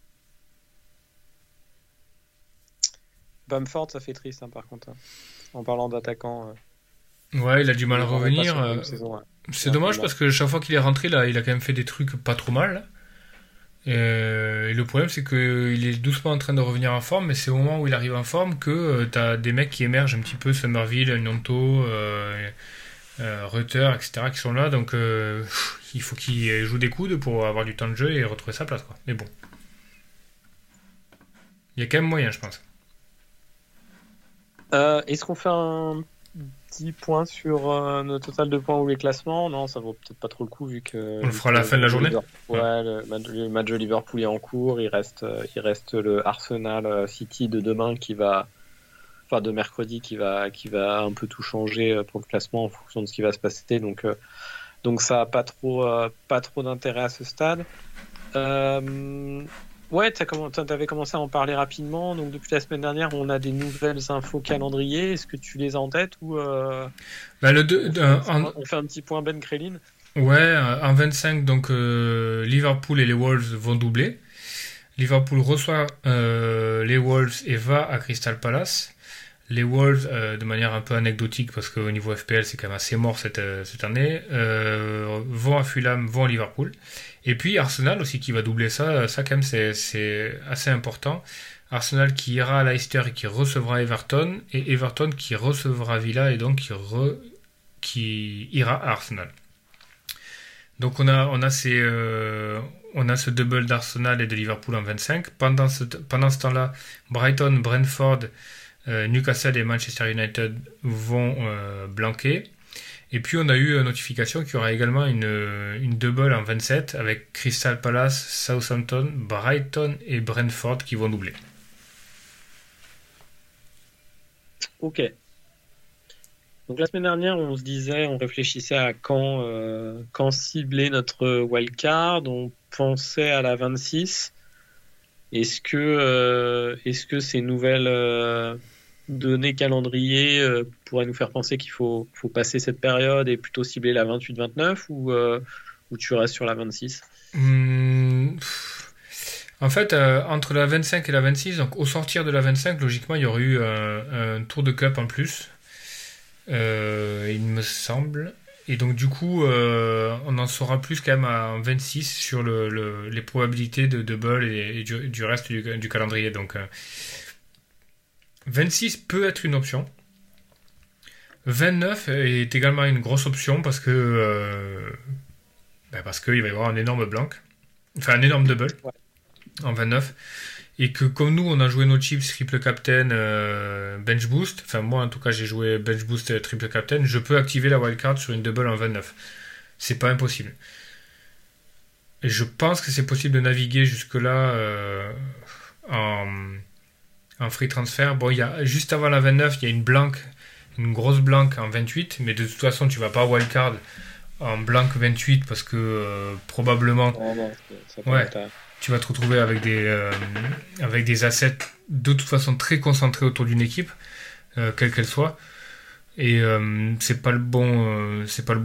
Bamford, ça fait triste, hein, par contre, hein. En parlant d'attaquant, Ouais, il a du mal à il est vraiment pas revenir. sur la même saison, ouais. C'est dommage parce que chaque fois qu'il est rentré, là, il a quand même fait des trucs pas trop mal, là. Et le problème, c'est qu'il est doucement en train de revenir en forme, mais c'est au moment où il arrive en forme que t'as des mecs qui émergent un petit peu, Somerville, Gnonto, Rutter, etc., qui sont là. Donc il faut qu'il joue des coudes pour avoir du temps de jeu et retrouver sa place, quoi. Mais bon, il y a quand même moyen, je pense. Est-ce qu'on fait un petit point sur notre total de points ou les classements? Non, ça vaut peut-être pas trop le coup vu que. On le fera à la fin de la journée. Ouais, le match de Liverpool est en cours. Il reste le Arsenal City de demain enfin de mercredi qui va un peu tout changer pour le classement en fonction de ce qui va se passer. Donc ça a pas trop d'intérêt à ce stade. Ouais, t'avais commencé à en parler rapidement. Donc depuis la semaine dernière, on a des nouvelles infos calendrier. Est-ce que tu les as en tête ou Bah, on fait un petit point Ben Crellin? Ouais, en 25, donc Liverpool et les Wolves vont doubler. Liverpool reçoit les Wolves et va à Crystal Palace. Les Wolves, de manière un peu anecdotique, parce qu'au niveau FPL, c'est quand même assez mort cette année, vont à Fulham, vont à Liverpool. Et puis Arsenal aussi qui va doubler ça quand même c'est assez important. Arsenal qui ira à Leicester et qui recevra Everton, et Everton qui recevra Villa et donc qui ira à Arsenal. Donc on a ce double d'Arsenal et de Liverpool en 25. Pendant ce temps-là, Brighton, Brentford, Newcastle et Manchester United vont blanquer. Et puis on a eu notification qu'il y aura également une double en 27 avec Crystal Palace, Southampton, Brighton et Brentford qui vont doubler. Ok. Donc la semaine dernière, on réfléchissait à quand cibler notre wildcard. On pensait à la 26. Est-ce que ces nouvelles données calendrier pourraient nous faire penser qu'il faut passer cette période et plutôt cibler la 28-29 ou tu restes sur la 26? En fait, entre la 25 et la 26, donc au sortir de la 25, logiquement, il y aurait eu un tour de cup en plus. Il me semble. Et donc du coup, on en saura plus quand même en 26 sur les probabilités de double et du reste du calendrier. Donc 26 peut être une option. 29 est également une grosse option parce qu'il va y avoir un énorme blanc. Enfin un énorme double en 29. Et que comme nous on a joué nos chips triple captain bench boost, enfin moi en tout cas j'ai joué bench boost triple captain, je peux activer la wildcard sur une double en 29. C'est pas impossible. Et je pense que c'est possible de naviguer jusque là en free transfer. Bon, juste avant la 29 il y a une grosse blanque en 28, mais de toute façon tu vas pas wildcard en blanc 28 parce que probablement tu vas te retrouver avec des assets de toute façon très concentrés autour d'une équipe, quelle qu'elle soit, et c'est pas le bon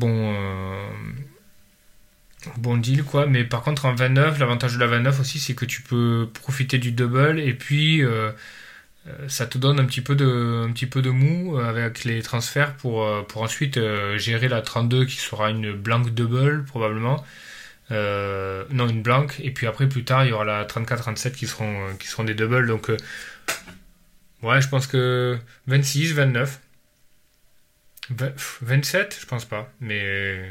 deal quoi. Mais par contre en 29, l'avantage de la 29 aussi, c'est que tu peux profiter du double et puis ça te donne un petit peu de mou avec les transferts pour ensuite gérer la 32 qui sera une blank double probablement. Non, une blanque, et puis après plus tard il y aura la 34-37 qui seront des doubles. Donc Ouais, je pense que 26, 29. 27, je pense pas. Mais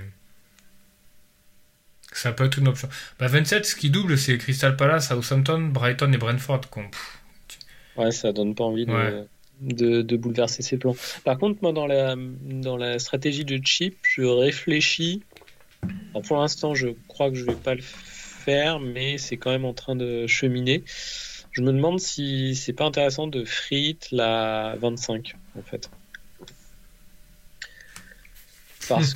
ça peut être une option. 27, ce qui double, c'est Crystal Palace, Southampton, Brighton et Brentford. Ouais, ça donne pas envie Ouais. de bouleverser ses plans. Par contre, moi, dans la stratégie de chip, je réfléchis. Alors, pour l'instant, je crois que je vais pas le faire, mais c'est quand même en train de cheminer. Je me demande si c'est pas intéressant de free hit la 25, en fait. Parce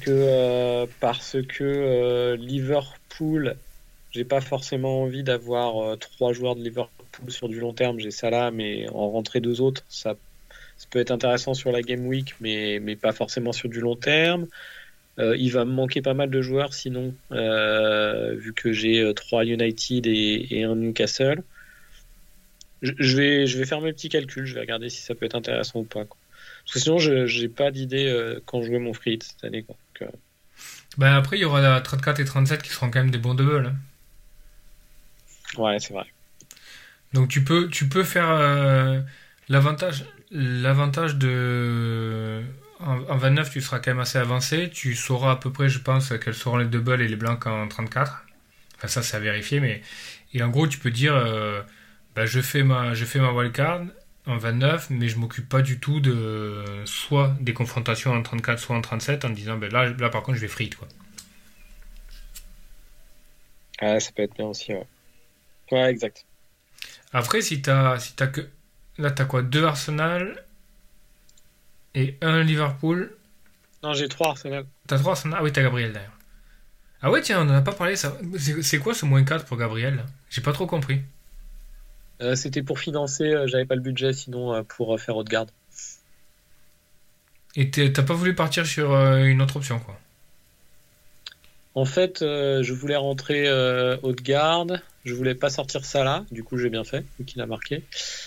que Liverpool, j'ai pas forcément envie d'avoir 3 joueurs de Liverpool sur du long terme. J'ai Salah, mais en rentrer 2 autres, ça peut être intéressant sur la Game Week, mais pas forcément sur du long terme. Il va me manquer pas mal de joueurs sinon, vu que j'ai 3 United et un Newcastle. Je vais faire mes petits calculs, je vais regarder si ça peut être intéressant ou pas, quoi. Parce que sinon, je n'ai pas d'idée quand jouer mon free hit cette année, quoi. Donc, Après, il y aura la 34 et 37 qui seront quand même des bons doubles. ouais, c'est vrai. Donc tu peux faire l'avantage de en 29 tu seras quand même assez avancé, tu sauras à peu près je pense quels seront les doubles et les blancs en 34. Enfin ça c'est à vérifier mais et en gros tu peux dire je fais ma wildcard en 29 mais je m'occupe pas du tout de soit des confrontations en 34 soit en 37 en disant là par contre je vais free quoi. Ah, ça peut être bien aussi, ouais. Ouais, exact. Après si t'as que là t'as quoi 2 Arsenal et un Liverpool. Non, j'ai 3 Arsenal. T'as 3 Arsenal. Ah oui, t'as Gabriel d'ailleurs. Ah ouais, tiens, on en a pas parlé. Ça. C'est quoi ce moins 4 pour Gabriel là. J'ai pas trop compris. C'était pour financer, j'avais pas le budget sinon pour faire Haute-Garde. Et t'as pas voulu partir sur une autre option quoi. En fait, je voulais rentrer Haute-Garde, je voulais pas sortir Salah, du coup j'ai bien fait, vu qu'il a marqué.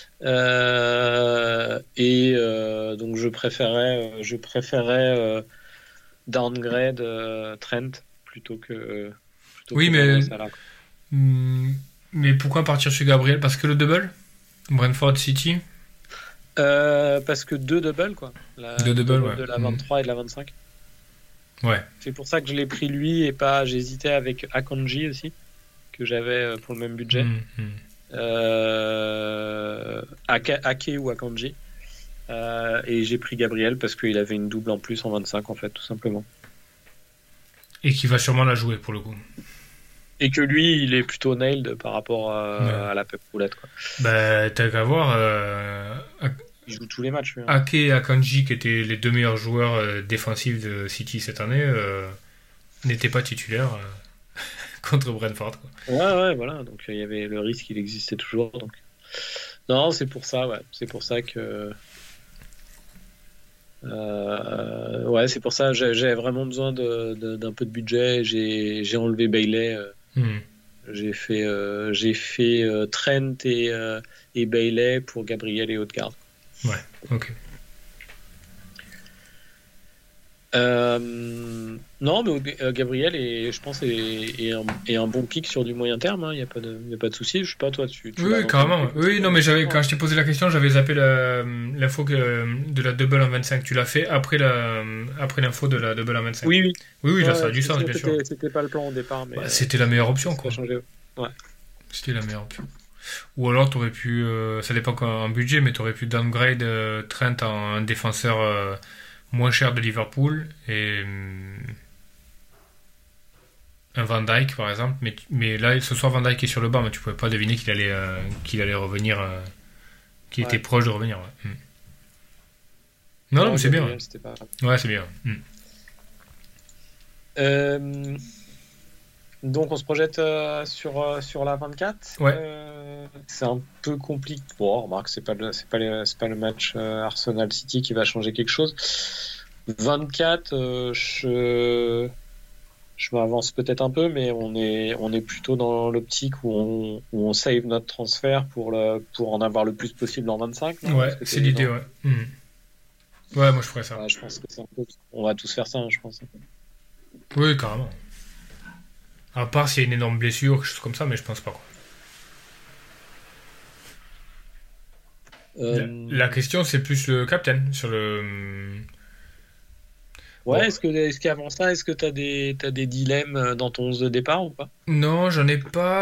Donc je préférais downgrade Trent Oui, que mais prendre Salah, quoi. mais pourquoi partir sur Gabriel? Parce que le double Brentford City. Parce que 2 doubles, quoi. Deux Le doubles, double ouais. de la 23 et de la 25. Ouais. C'est pour ça que je l'ai pris lui et pas. J'hésitais avec Akanji aussi, que j'avais pour le même budget. Ake ou Akanji. Et j'ai pris Gabriel parce qu'il avait une double en plus en 25, en fait, tout simplement. Et qui va sûrement la jouer pour le coup. Et que lui, il est plutôt nailed par rapport à la Pep Roulette, quoi. T'as qu'à voir Il joue tous les matchs, lui, hein. Ake et Akanji, qui étaient les 2 meilleurs joueurs défensifs de City cette année, n'étaient pas titulaires contre Brentford. Quoi. Ouais, voilà. Donc il y avait le risque, il existait toujours. Donc. Non, c'est pour ça, ouais. C'est pour ça que. Ouais, c'est pour ça. J'avais vraiment besoin d'un peu de budget. J'ai enlevé Bailey. J'ai fait Trent et Bailey pour Gabriel et Haute-Garde. Ouais, ok. Non, mais Gabriel je pense est un bon pic sur du moyen terme. Il n'y a pas de souci. Je sais pas, toi, tu oui, carrément. Oui, non, mais quand je t'ai posé la question, j'avais zappé l'info de la double en 25. Tu l'as fait après l'info de la double en 25. Oui. Oui, là, ça a du sens, bien sûr. C'était pas le plan au départ, mais c'était la meilleure option, quoi. Ça a changé. Ouais. C'était la meilleure option. Ou alors, t'aurais pu, ça dépend en budget, mais t'aurais pu downgrade Trent en un défenseur moins cher de Liverpool et un Van Dijk par exemple, mais là ce soir Van Dijk est sur le banc, mais tu pouvais pas deviner qu'il allait revenir, qu'il était proche de revenir. Ouais. Non, mais c'est bien. Ouais, c'est bien. Donc on se projette sur la 24. Ouais. C'est un peu compliqué. Bon, remarque, c'est pas le match Arsenal City qui va changer quelque chose. 24, je m'avance peut-être un peu, mais on est plutôt dans l'optique où on save notre transfert pour en avoir le plus possible en 25. Non, ouais, c'est l'idée, ouais. Ouais, moi je ferais ça. Ouais, je pense que c'est un peu. On va tous faire ça, je pense. Oui, carrément. À part s'il y a une énorme blessure, quelque chose comme ça, mais je pense pas, quoi. La question, c'est plus le captain sur le. Ouais, Bon. est-ce qu'avant ça, est-ce que t'as des dilemmes dans ton 11 de départ ou pas? Non, j'en ai pas.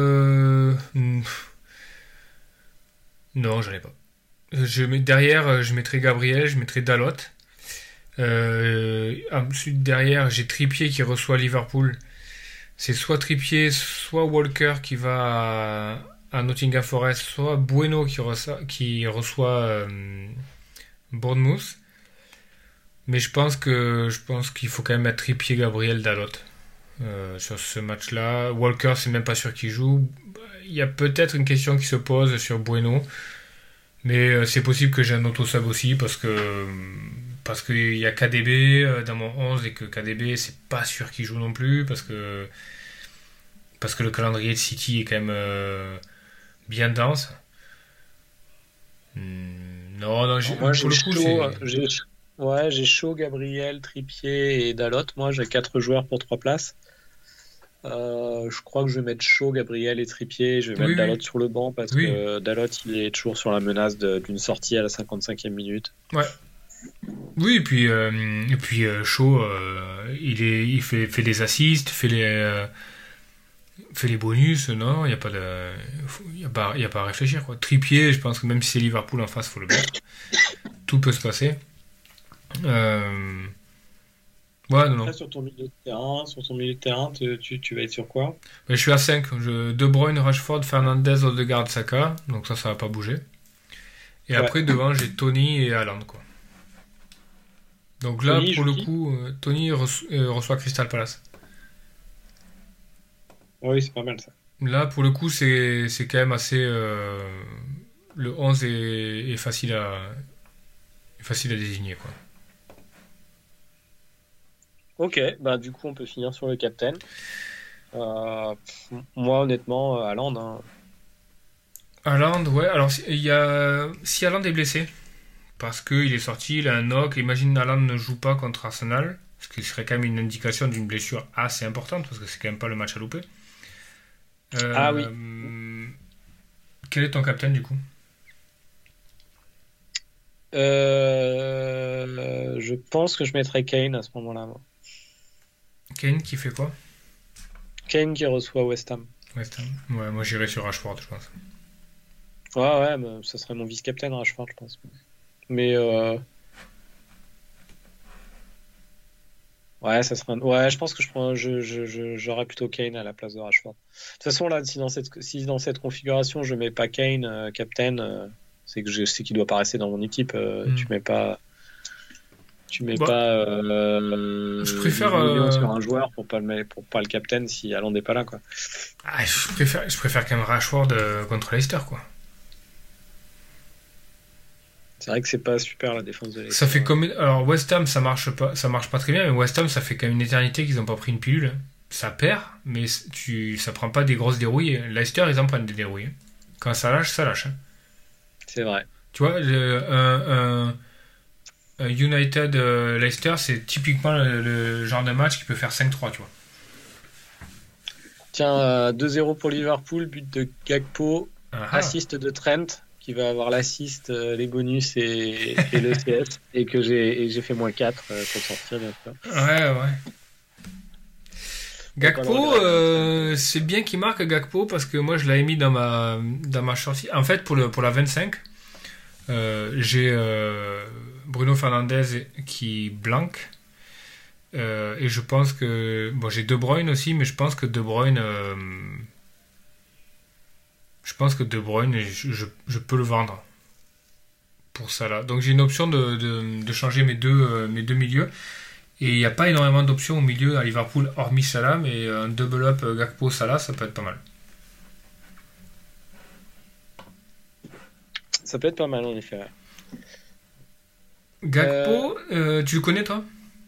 Non, j'en ai pas. Derrière, je mettrai Gabriel, je mettrai Dalot. Ensuite, derrière, j'ai Trippier qui reçoit Liverpool. C'est soit Trippier, soit Walker qui va à Nottingham Forest, soit Bueno qui reçoit Bournemouth. Mais je pense qu'il faut quand même mettre Trippier, Gabriel, Dalot sur ce match-là. Walker, c'est même pas sûr qu'il joue. Il y a peut-être une question qui se pose sur Bueno, mais c'est possible que j'ai un auto-sub aussi parce qu'il y a KDB dans mon 11 et que KDB c'est pas sûr qu'il joue non plus parce que le calendrier de City est quand même bien dense. Non, non, Moi, pour le coup j'ai chaud, Gabriel, Trippier et Dalot. Moi, j'ai 4 joueurs pour 3 places. Je crois que je vais mettre Shaw, Gabriel et Trippier. Je vais mettre Oui, Dalot oui. sur le banc parce Oui. que Dalot, il est toujours sur la menace d'une sortie à la 55e minute. Ouais. Oui, et puis Shaw, il fait des assists, fait les bonus. Non, il n'y a pas de, y a pas à réfléchir quoi. Trippier, je pense que même si c'est Liverpool en face, faut le mettre. Tout peut se passer. Ouais, non, non. Après, sur ton milieu de terrain, tu vas être sur quoi? Mais je suis à 5. De Bruyne, Rashford, Fernandez, Odegaard, Saka. Donc ça va pas bouger. Et Ouais. après, devant, j'ai Tony et Haaland, quoi. Donc là, Tony, pour le joue qui? coup, Tony reçoit Crystal Palace. Oui, c'est pas mal ça. Là, pour le coup, c'est quand même assez. Le 11 est facile à désigner, quoi. Ok, bah du coup, on peut finir sur le captain. Moi, honnêtement, Haaland, hein. Haaland, ouais. Alors, si Haaland est blessé, parce qu'il est sorti, il a un knock, imagine Haaland ne joue pas contre Arsenal, ce qui serait quand même une indication d'une blessure assez importante, parce que c'est quand même pas le match à louper. Ah oui. Quel est ton captain du coup? Je pense que je mettrais Kane à ce moment-là, moi. Kane qui fait quoi? Kane qui reçoit West Ham. West Ham. Ouais, moi j'irais sur Rashford, je pense. Ouais, mais ça serait mon vice-captain, Rashford, je pense. Mais ouais, ça serait ouais, je pense que j'aurais plutôt Kane à la place de Rashford. De toute façon, là, si dans cette configuration, je mets pas Kane captain, c'est que je sais qu'il doit pas rester dans mon équipe. Tu mets pas. Bah, je préfère. millions sur un joueur pour pas le captain si Haaland n'est pas là, quoi. Je préfère quand même Rashford contre Leicester, quoi. C'est vrai que c'est pas super la défense de Leicester. Ça fait comme. Alors West Ham, ça marche pas très bien, mais West Ham, ça fait quand même une éternité qu'ils n'ont pas pris une pilule. Ça perd, mais ça prend pas des grosses dérouilles. Leicester, ils en prennent des dérouilles. Quand ça lâche, ça lâche. C'est vrai. Tu vois, un United Leicester, c'est typiquement le genre de match qui peut faire 5-3, tu vois. Tiens, 2-0 pour Liverpool, but de Gakpo, assist de Trent, qui va avoir l'assist, les bonus et le CS, et j'ai fait -4 pour sortir, bien sûr. Ouais. Gakpo, c'est bien qu'il marque Gakpo parce que moi je l'avais mis dans ma sortie. En fait, pour la 25, j'ai Bruno Fernandes qui blanque. Et je pense que. Bon, j'ai De Bruyne aussi, mais je pense que De Bruyne. Je peux le vendre pour ça là. Donc j'ai une option de changer mes deux milieux. Et il n'y a pas énormément d'options au milieu à Liverpool, hormis Salah, mais un double-up Gakpo-Salah, ça peut être pas mal. Ça peut être pas mal, en effet. Gakpo, tu le connais, toi?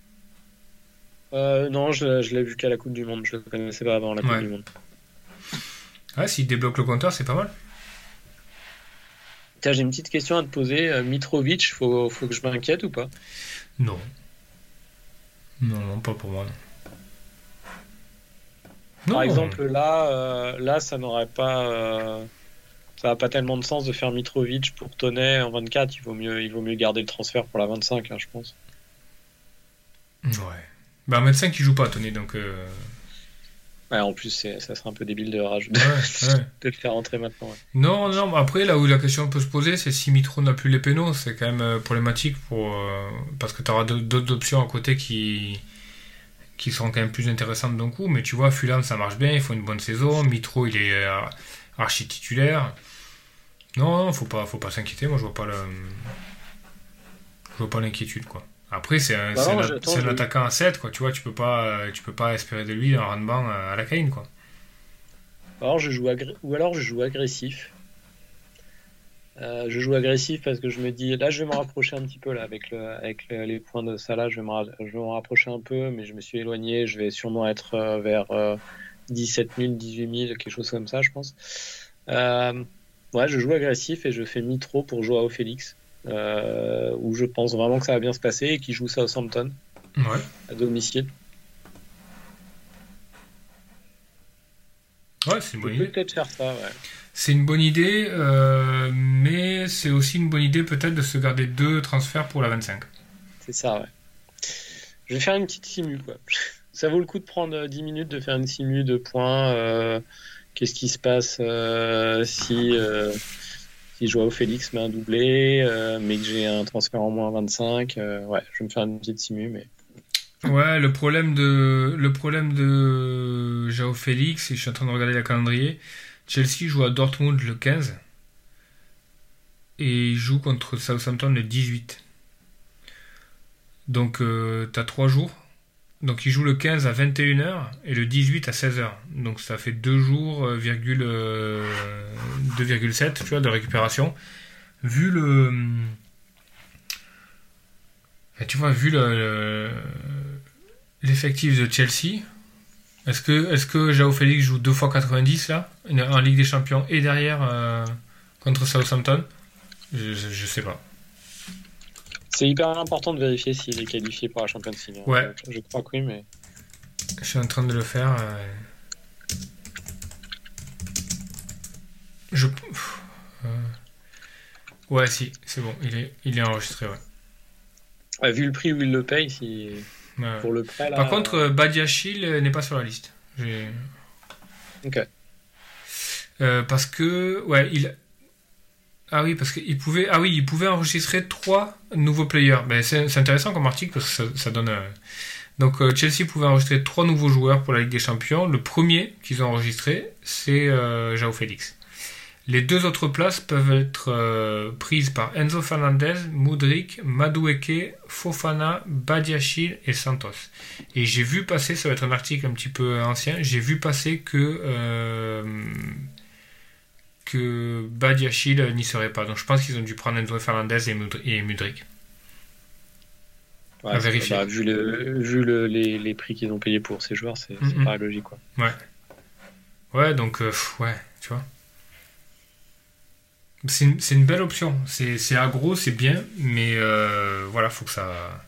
Non, je l'ai vu qu'à la Coupe du Monde. Je le connaissais pas avant la Coupe du Monde. Ouais, s'il débloque le compteur, c'est pas mal. Tiens, j'ai une petite question à te poser. Mitrovic, faut que je m'inquiète ou pas? Non. Non, pas pour moi. Non. Par exemple, là, ça n'aurait pas. Ça n'a pas tellement de sens de faire Mitrovic pour Toney en 24. Il vaut mieux garder le transfert pour la 25, je pense. Ouais. En 25, il joue pas, Tony, donc... Ouais, en plus, ça serait un peu débile de Ouais. de le faire rentrer maintenant. Ouais. Non, après, là où la question peut se poser, c'est si Mitro n'a plus les pénaux, c'est quand même problématique parce que tu auras d'autres options à côté qui seront quand même plus intéressantes d'un coup. Mais tu vois, Fulham, ça marche bien, il faut une bonne saison. Mitro, il est archi titulaire. Non, faut pas s'inquiéter. Moi, je vois pas l'inquiétude, quoi. Après, c'est un attaquant à 7, quoi. Tu vois, tu peux pas espérer de lui un rendement à la Kane, quoi. Alors, je joue agressif. Je joue agressif parce que je me dis, là, je vais me rapprocher un petit peu là avec les points de Salah. Je vais me rapprocher un peu, mais je me suis éloigné. Je vais sûrement être vers 17 000, 18 000, quelque chose comme ça, je pense. Ouais, je joue agressif et je fais Mitro pour Joao Félix. Où je pense vraiment que ça va bien se passer et qui joue Southampton à domicile. Ouais, c'est une bonne idée. Peut-être faire ça, ouais. C'est une bonne idée, mais c'est aussi une bonne idée peut-être de se garder 2 transferts pour la 25. C'est ça, ouais. Je vais faire une petite simu, quoi. Ça vaut le coup de prendre 10 minutes de faire une simu de points. Qu'est-ce qui se passe si Joao Félix met un doublé, mais que j'ai un transfert en moins 25, ouais, je vais me faire une petite simu, mais... Ouais, le problème de Joao Félix, et je suis en train de regarder le calendrier, Chelsea joue à Dortmund le 15, et il joue contre Southampton le 18. Donc, t'as 3 jours. Donc, il joue le 15 à 21h, et le 18 à 16h. Donc, ça fait 2 jours, 2,7, tu vois, de récupération. Vu l'effectif de Chelsea, est-ce que Joao Félix joue 2 fois 90 là, en Ligue des Champions et derrière contre Southampton? Je sais pas. C'est hyper important de vérifier s'il est qualifié pour la Champions League. Ouais. Je crois que oui, mais... Je suis en train de le faire. Ouais, si, c'est bon, il est enregistré, ouais. Ouais, vu le prix où il le paye, Ouais. pour le prêt, là... Par contre, Badiachil n'est pas sur la liste. Ok. Parce que, ouais, Ah oui, parce qu'il pouvait enregistrer 3 nouveaux players. Ben, c'est intéressant comme article parce que ça donne... Donc Chelsea pouvait enregistrer 3 nouveaux joueurs pour la Ligue des Champions. Le premier qu'ils ont enregistré, c'est Joao Félix. Les 2 autres places peuvent être prises par Enzo Fernandez, Mudryk, Madueke, Fofana, Badiachil et Santos. Et j'ai vu passer, ça va être un article un petit peu ancien, j'ai vu passer que Badiachil n'y serait pas. Donc je pense qu'ils ont dû prendre Enzo Fernandez et Mudryk. Ouais, à vérifier. Vu les prix qu'ils ont payés pour ces joueurs, c'est pas logique, quoi. Ouais, donc, ouais, tu vois. C'est une belle option. C'est aggro, c'est bien, mais voilà, faut que ça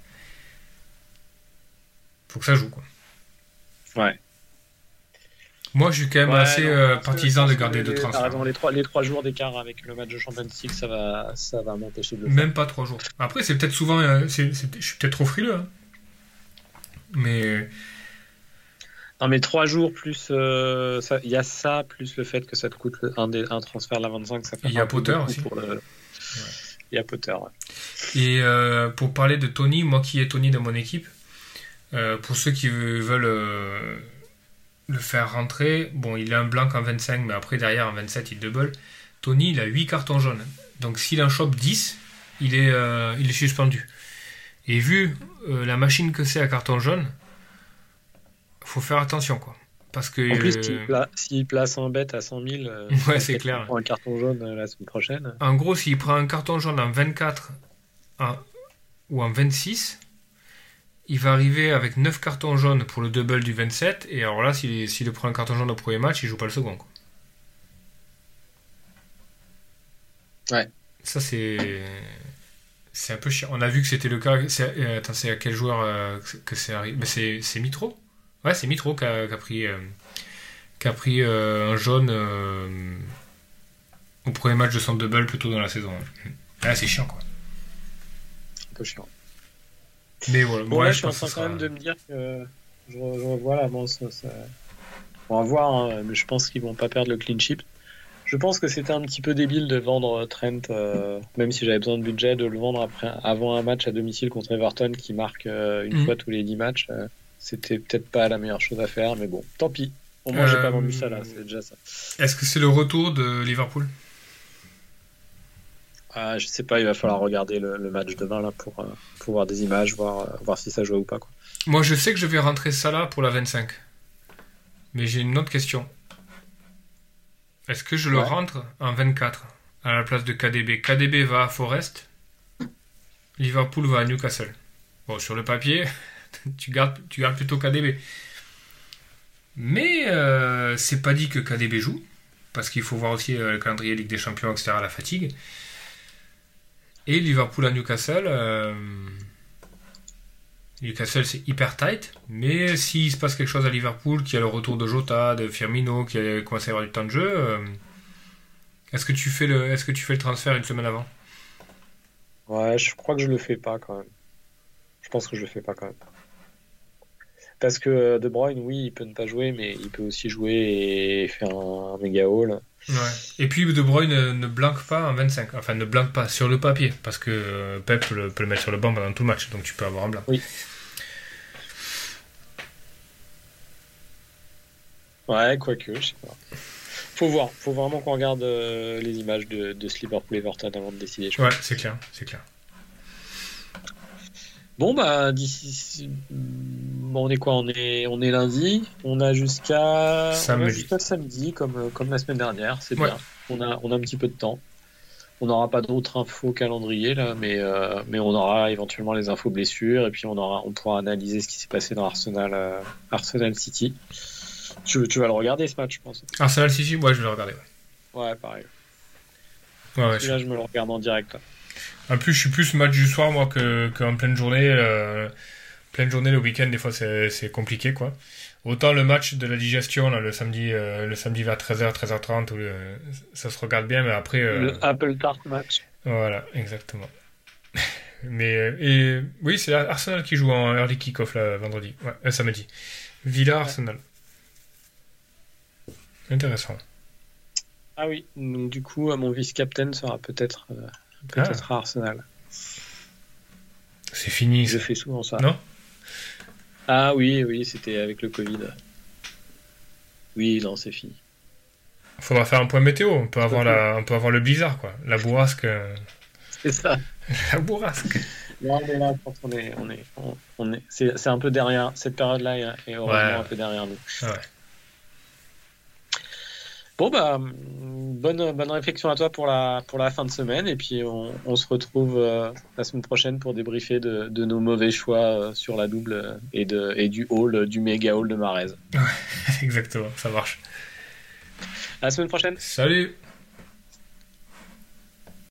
joue, quoi. Ouais. Moi, je suis quand même assez partisan de garder 2 transferts. T'as raison, les 3 jours d'écart avec le match de Champions League, ça va m'empêcher de le faire. Même pas 3 jours. Après, c'est peut-être souvent... je suis peut-être trop frileux, hein. Mais... Non, mais 3 jours plus... Il y a ça, plus le fait que ça te coûte un transfert de la 25, ça fait... Il y a Potter aussi. Il y a Potter, ouais. Et pour parler de Tony, moi qui ai Tony dans mon équipe, pour ceux qui veulent... le faire rentrer, bon, il a un blanc en 25, mais après derrière en 27 il double. Tony, il a 8 cartons jaunes, donc s'il en chope 10, il est suspendu. Et vu la machine que c'est à carton jaune, faut faire attention, quoi. Parce que, en plus, s'il place un bet à 100 000, ouais, c'est clair. Il prend un carton jaune la semaine prochaine. En gros, s'il prend un carton jaune en 24 ou en 26, il va arriver avec 9 cartons jaunes pour le double du 27. Et alors là, s'il prend un carton jaune au premier match, il joue pas le second, quoi. Ouais. Ça, c'est un peu chiant. On a vu que c'était le cas. Attends, c'est à quel joueur que c'est arrivé? C'est Mitro. Ouais, c'est Mitro qui a pris un jaune au premier match de son double plus tôt dans la saison. Ah, c'est chiant, quoi. Un peu chiant. Mais voilà, Bon, ouais, là, je je suis en pense train que ça quand sera... même de me dire que je revois là, bon, ça... On va voir, hein, mais je pense qu'ils vont pas perdre le clean sheet. Je pense que c'était un petit peu débile de vendre Trent, même si j'avais besoin de budget, de le vendre avant un match à domicile contre Everton qui marque une fois tous les 10 matchs. C'était peut-être pas la meilleure chose à faire, mais bon, tant pis. Au moins, j'ai pas vendu ça là, c'est déjà ça. Est-ce que c'est le retour de Liverpool ? Je sais pas, il va falloir regarder le match demain là pour voir des images, voir si ça joue ou pas, quoi. Moi, je sais que je vais rentrer Salah pour la 25. Mais j'ai une autre question. Est-ce que je le rentre en 24 à la place de KDB ? KDB va à Forest, Liverpool va à Newcastle. Bon, sur le papier, tu gardes plutôt KDB. Mais c'est pas dit que KDB joue, parce qu'il faut voir aussi le calendrier Ligue des Champions, etc., la fatigue. Et Liverpool à Newcastle, Newcastle c'est hyper tight, mais s'il se passe quelque chose à Liverpool, qu'il y a le retour de Jota, de Firmino, qui commence à y avoir du temps de jeu, est-ce que tu fais le transfert une semaine avant ? Ouais, je crois que je le fais pas quand même. Je pense que je le fais pas quand même. Parce que De Bruyne, oui, il peut ne pas jouer, mais il peut aussi jouer et faire un méga haul. Ouais. Et puis De Bruyne ne blanque pas en 25, enfin ne blanque pas sur le papier, parce que Pep peut le mettre sur le banc pendant tout le match, donc tu peux avoir un blanc. Oui. Ouais, quoique, je sais pas. Faut voir, faut vraiment qu'on regarde les images de ce Liverpool-Everton avant de décider. Ouais, c'est clair. Bon, bah, d'ici. Bon, on est quoi ? On est lundi. On a jusqu'à samedi, comme la semaine dernière. C'est bien. On a un petit peu de temps. On n'aura pas d'autres infos calendrier, là, mais on aura éventuellement les infos blessures. Et puis, on pourra analyser ce qui s'est passé dans Arsenal City. Tu vas le regarder, ce match, je pense. Arsenal City, ouais, je vais le regarder. Ouais, pareil. Ouais, là, je me le regarde en direct. Là. En plus, je suis plus match du soir, moi, qu'en pleine journée. Pleine journée, le week-end, des fois, c'est compliqué, quoi. Autant le match de la digestion, là, le samedi vers 13h, 13h30, ça se regarde bien, mais après... Le Apple Tart match. Voilà, exactement. Mais oui, c'est Arsenal qui joue en early kick-off, là, vendredi. Ouais, samedi. Villa-Arsenal. Intéressant. Ah oui, donc du coup, mon vice-captain sera peut-être à Arsenal. C'est fini. Je fais souvent ça. Non ? Ah oui, c'était avec le Covid. Oui, non, c'est fini. Faudra faire un point météo. On peut avoir le blizzard, quoi. La bourrasque. C'est ça. La bourrasque. Non, mais là, je pense qu'on est, c'est un peu derrière. Cette période-là est heureusement un peu derrière nous. Ouais. Bon, bah, bonne réflexion à toi pour la fin de semaine. Et puis, on se retrouve la semaine prochaine pour débriefer de nos mauvais choix sur la double et du méga haul de Mahrez. Ouais, exactement, ça marche. À la semaine prochaine. Salut!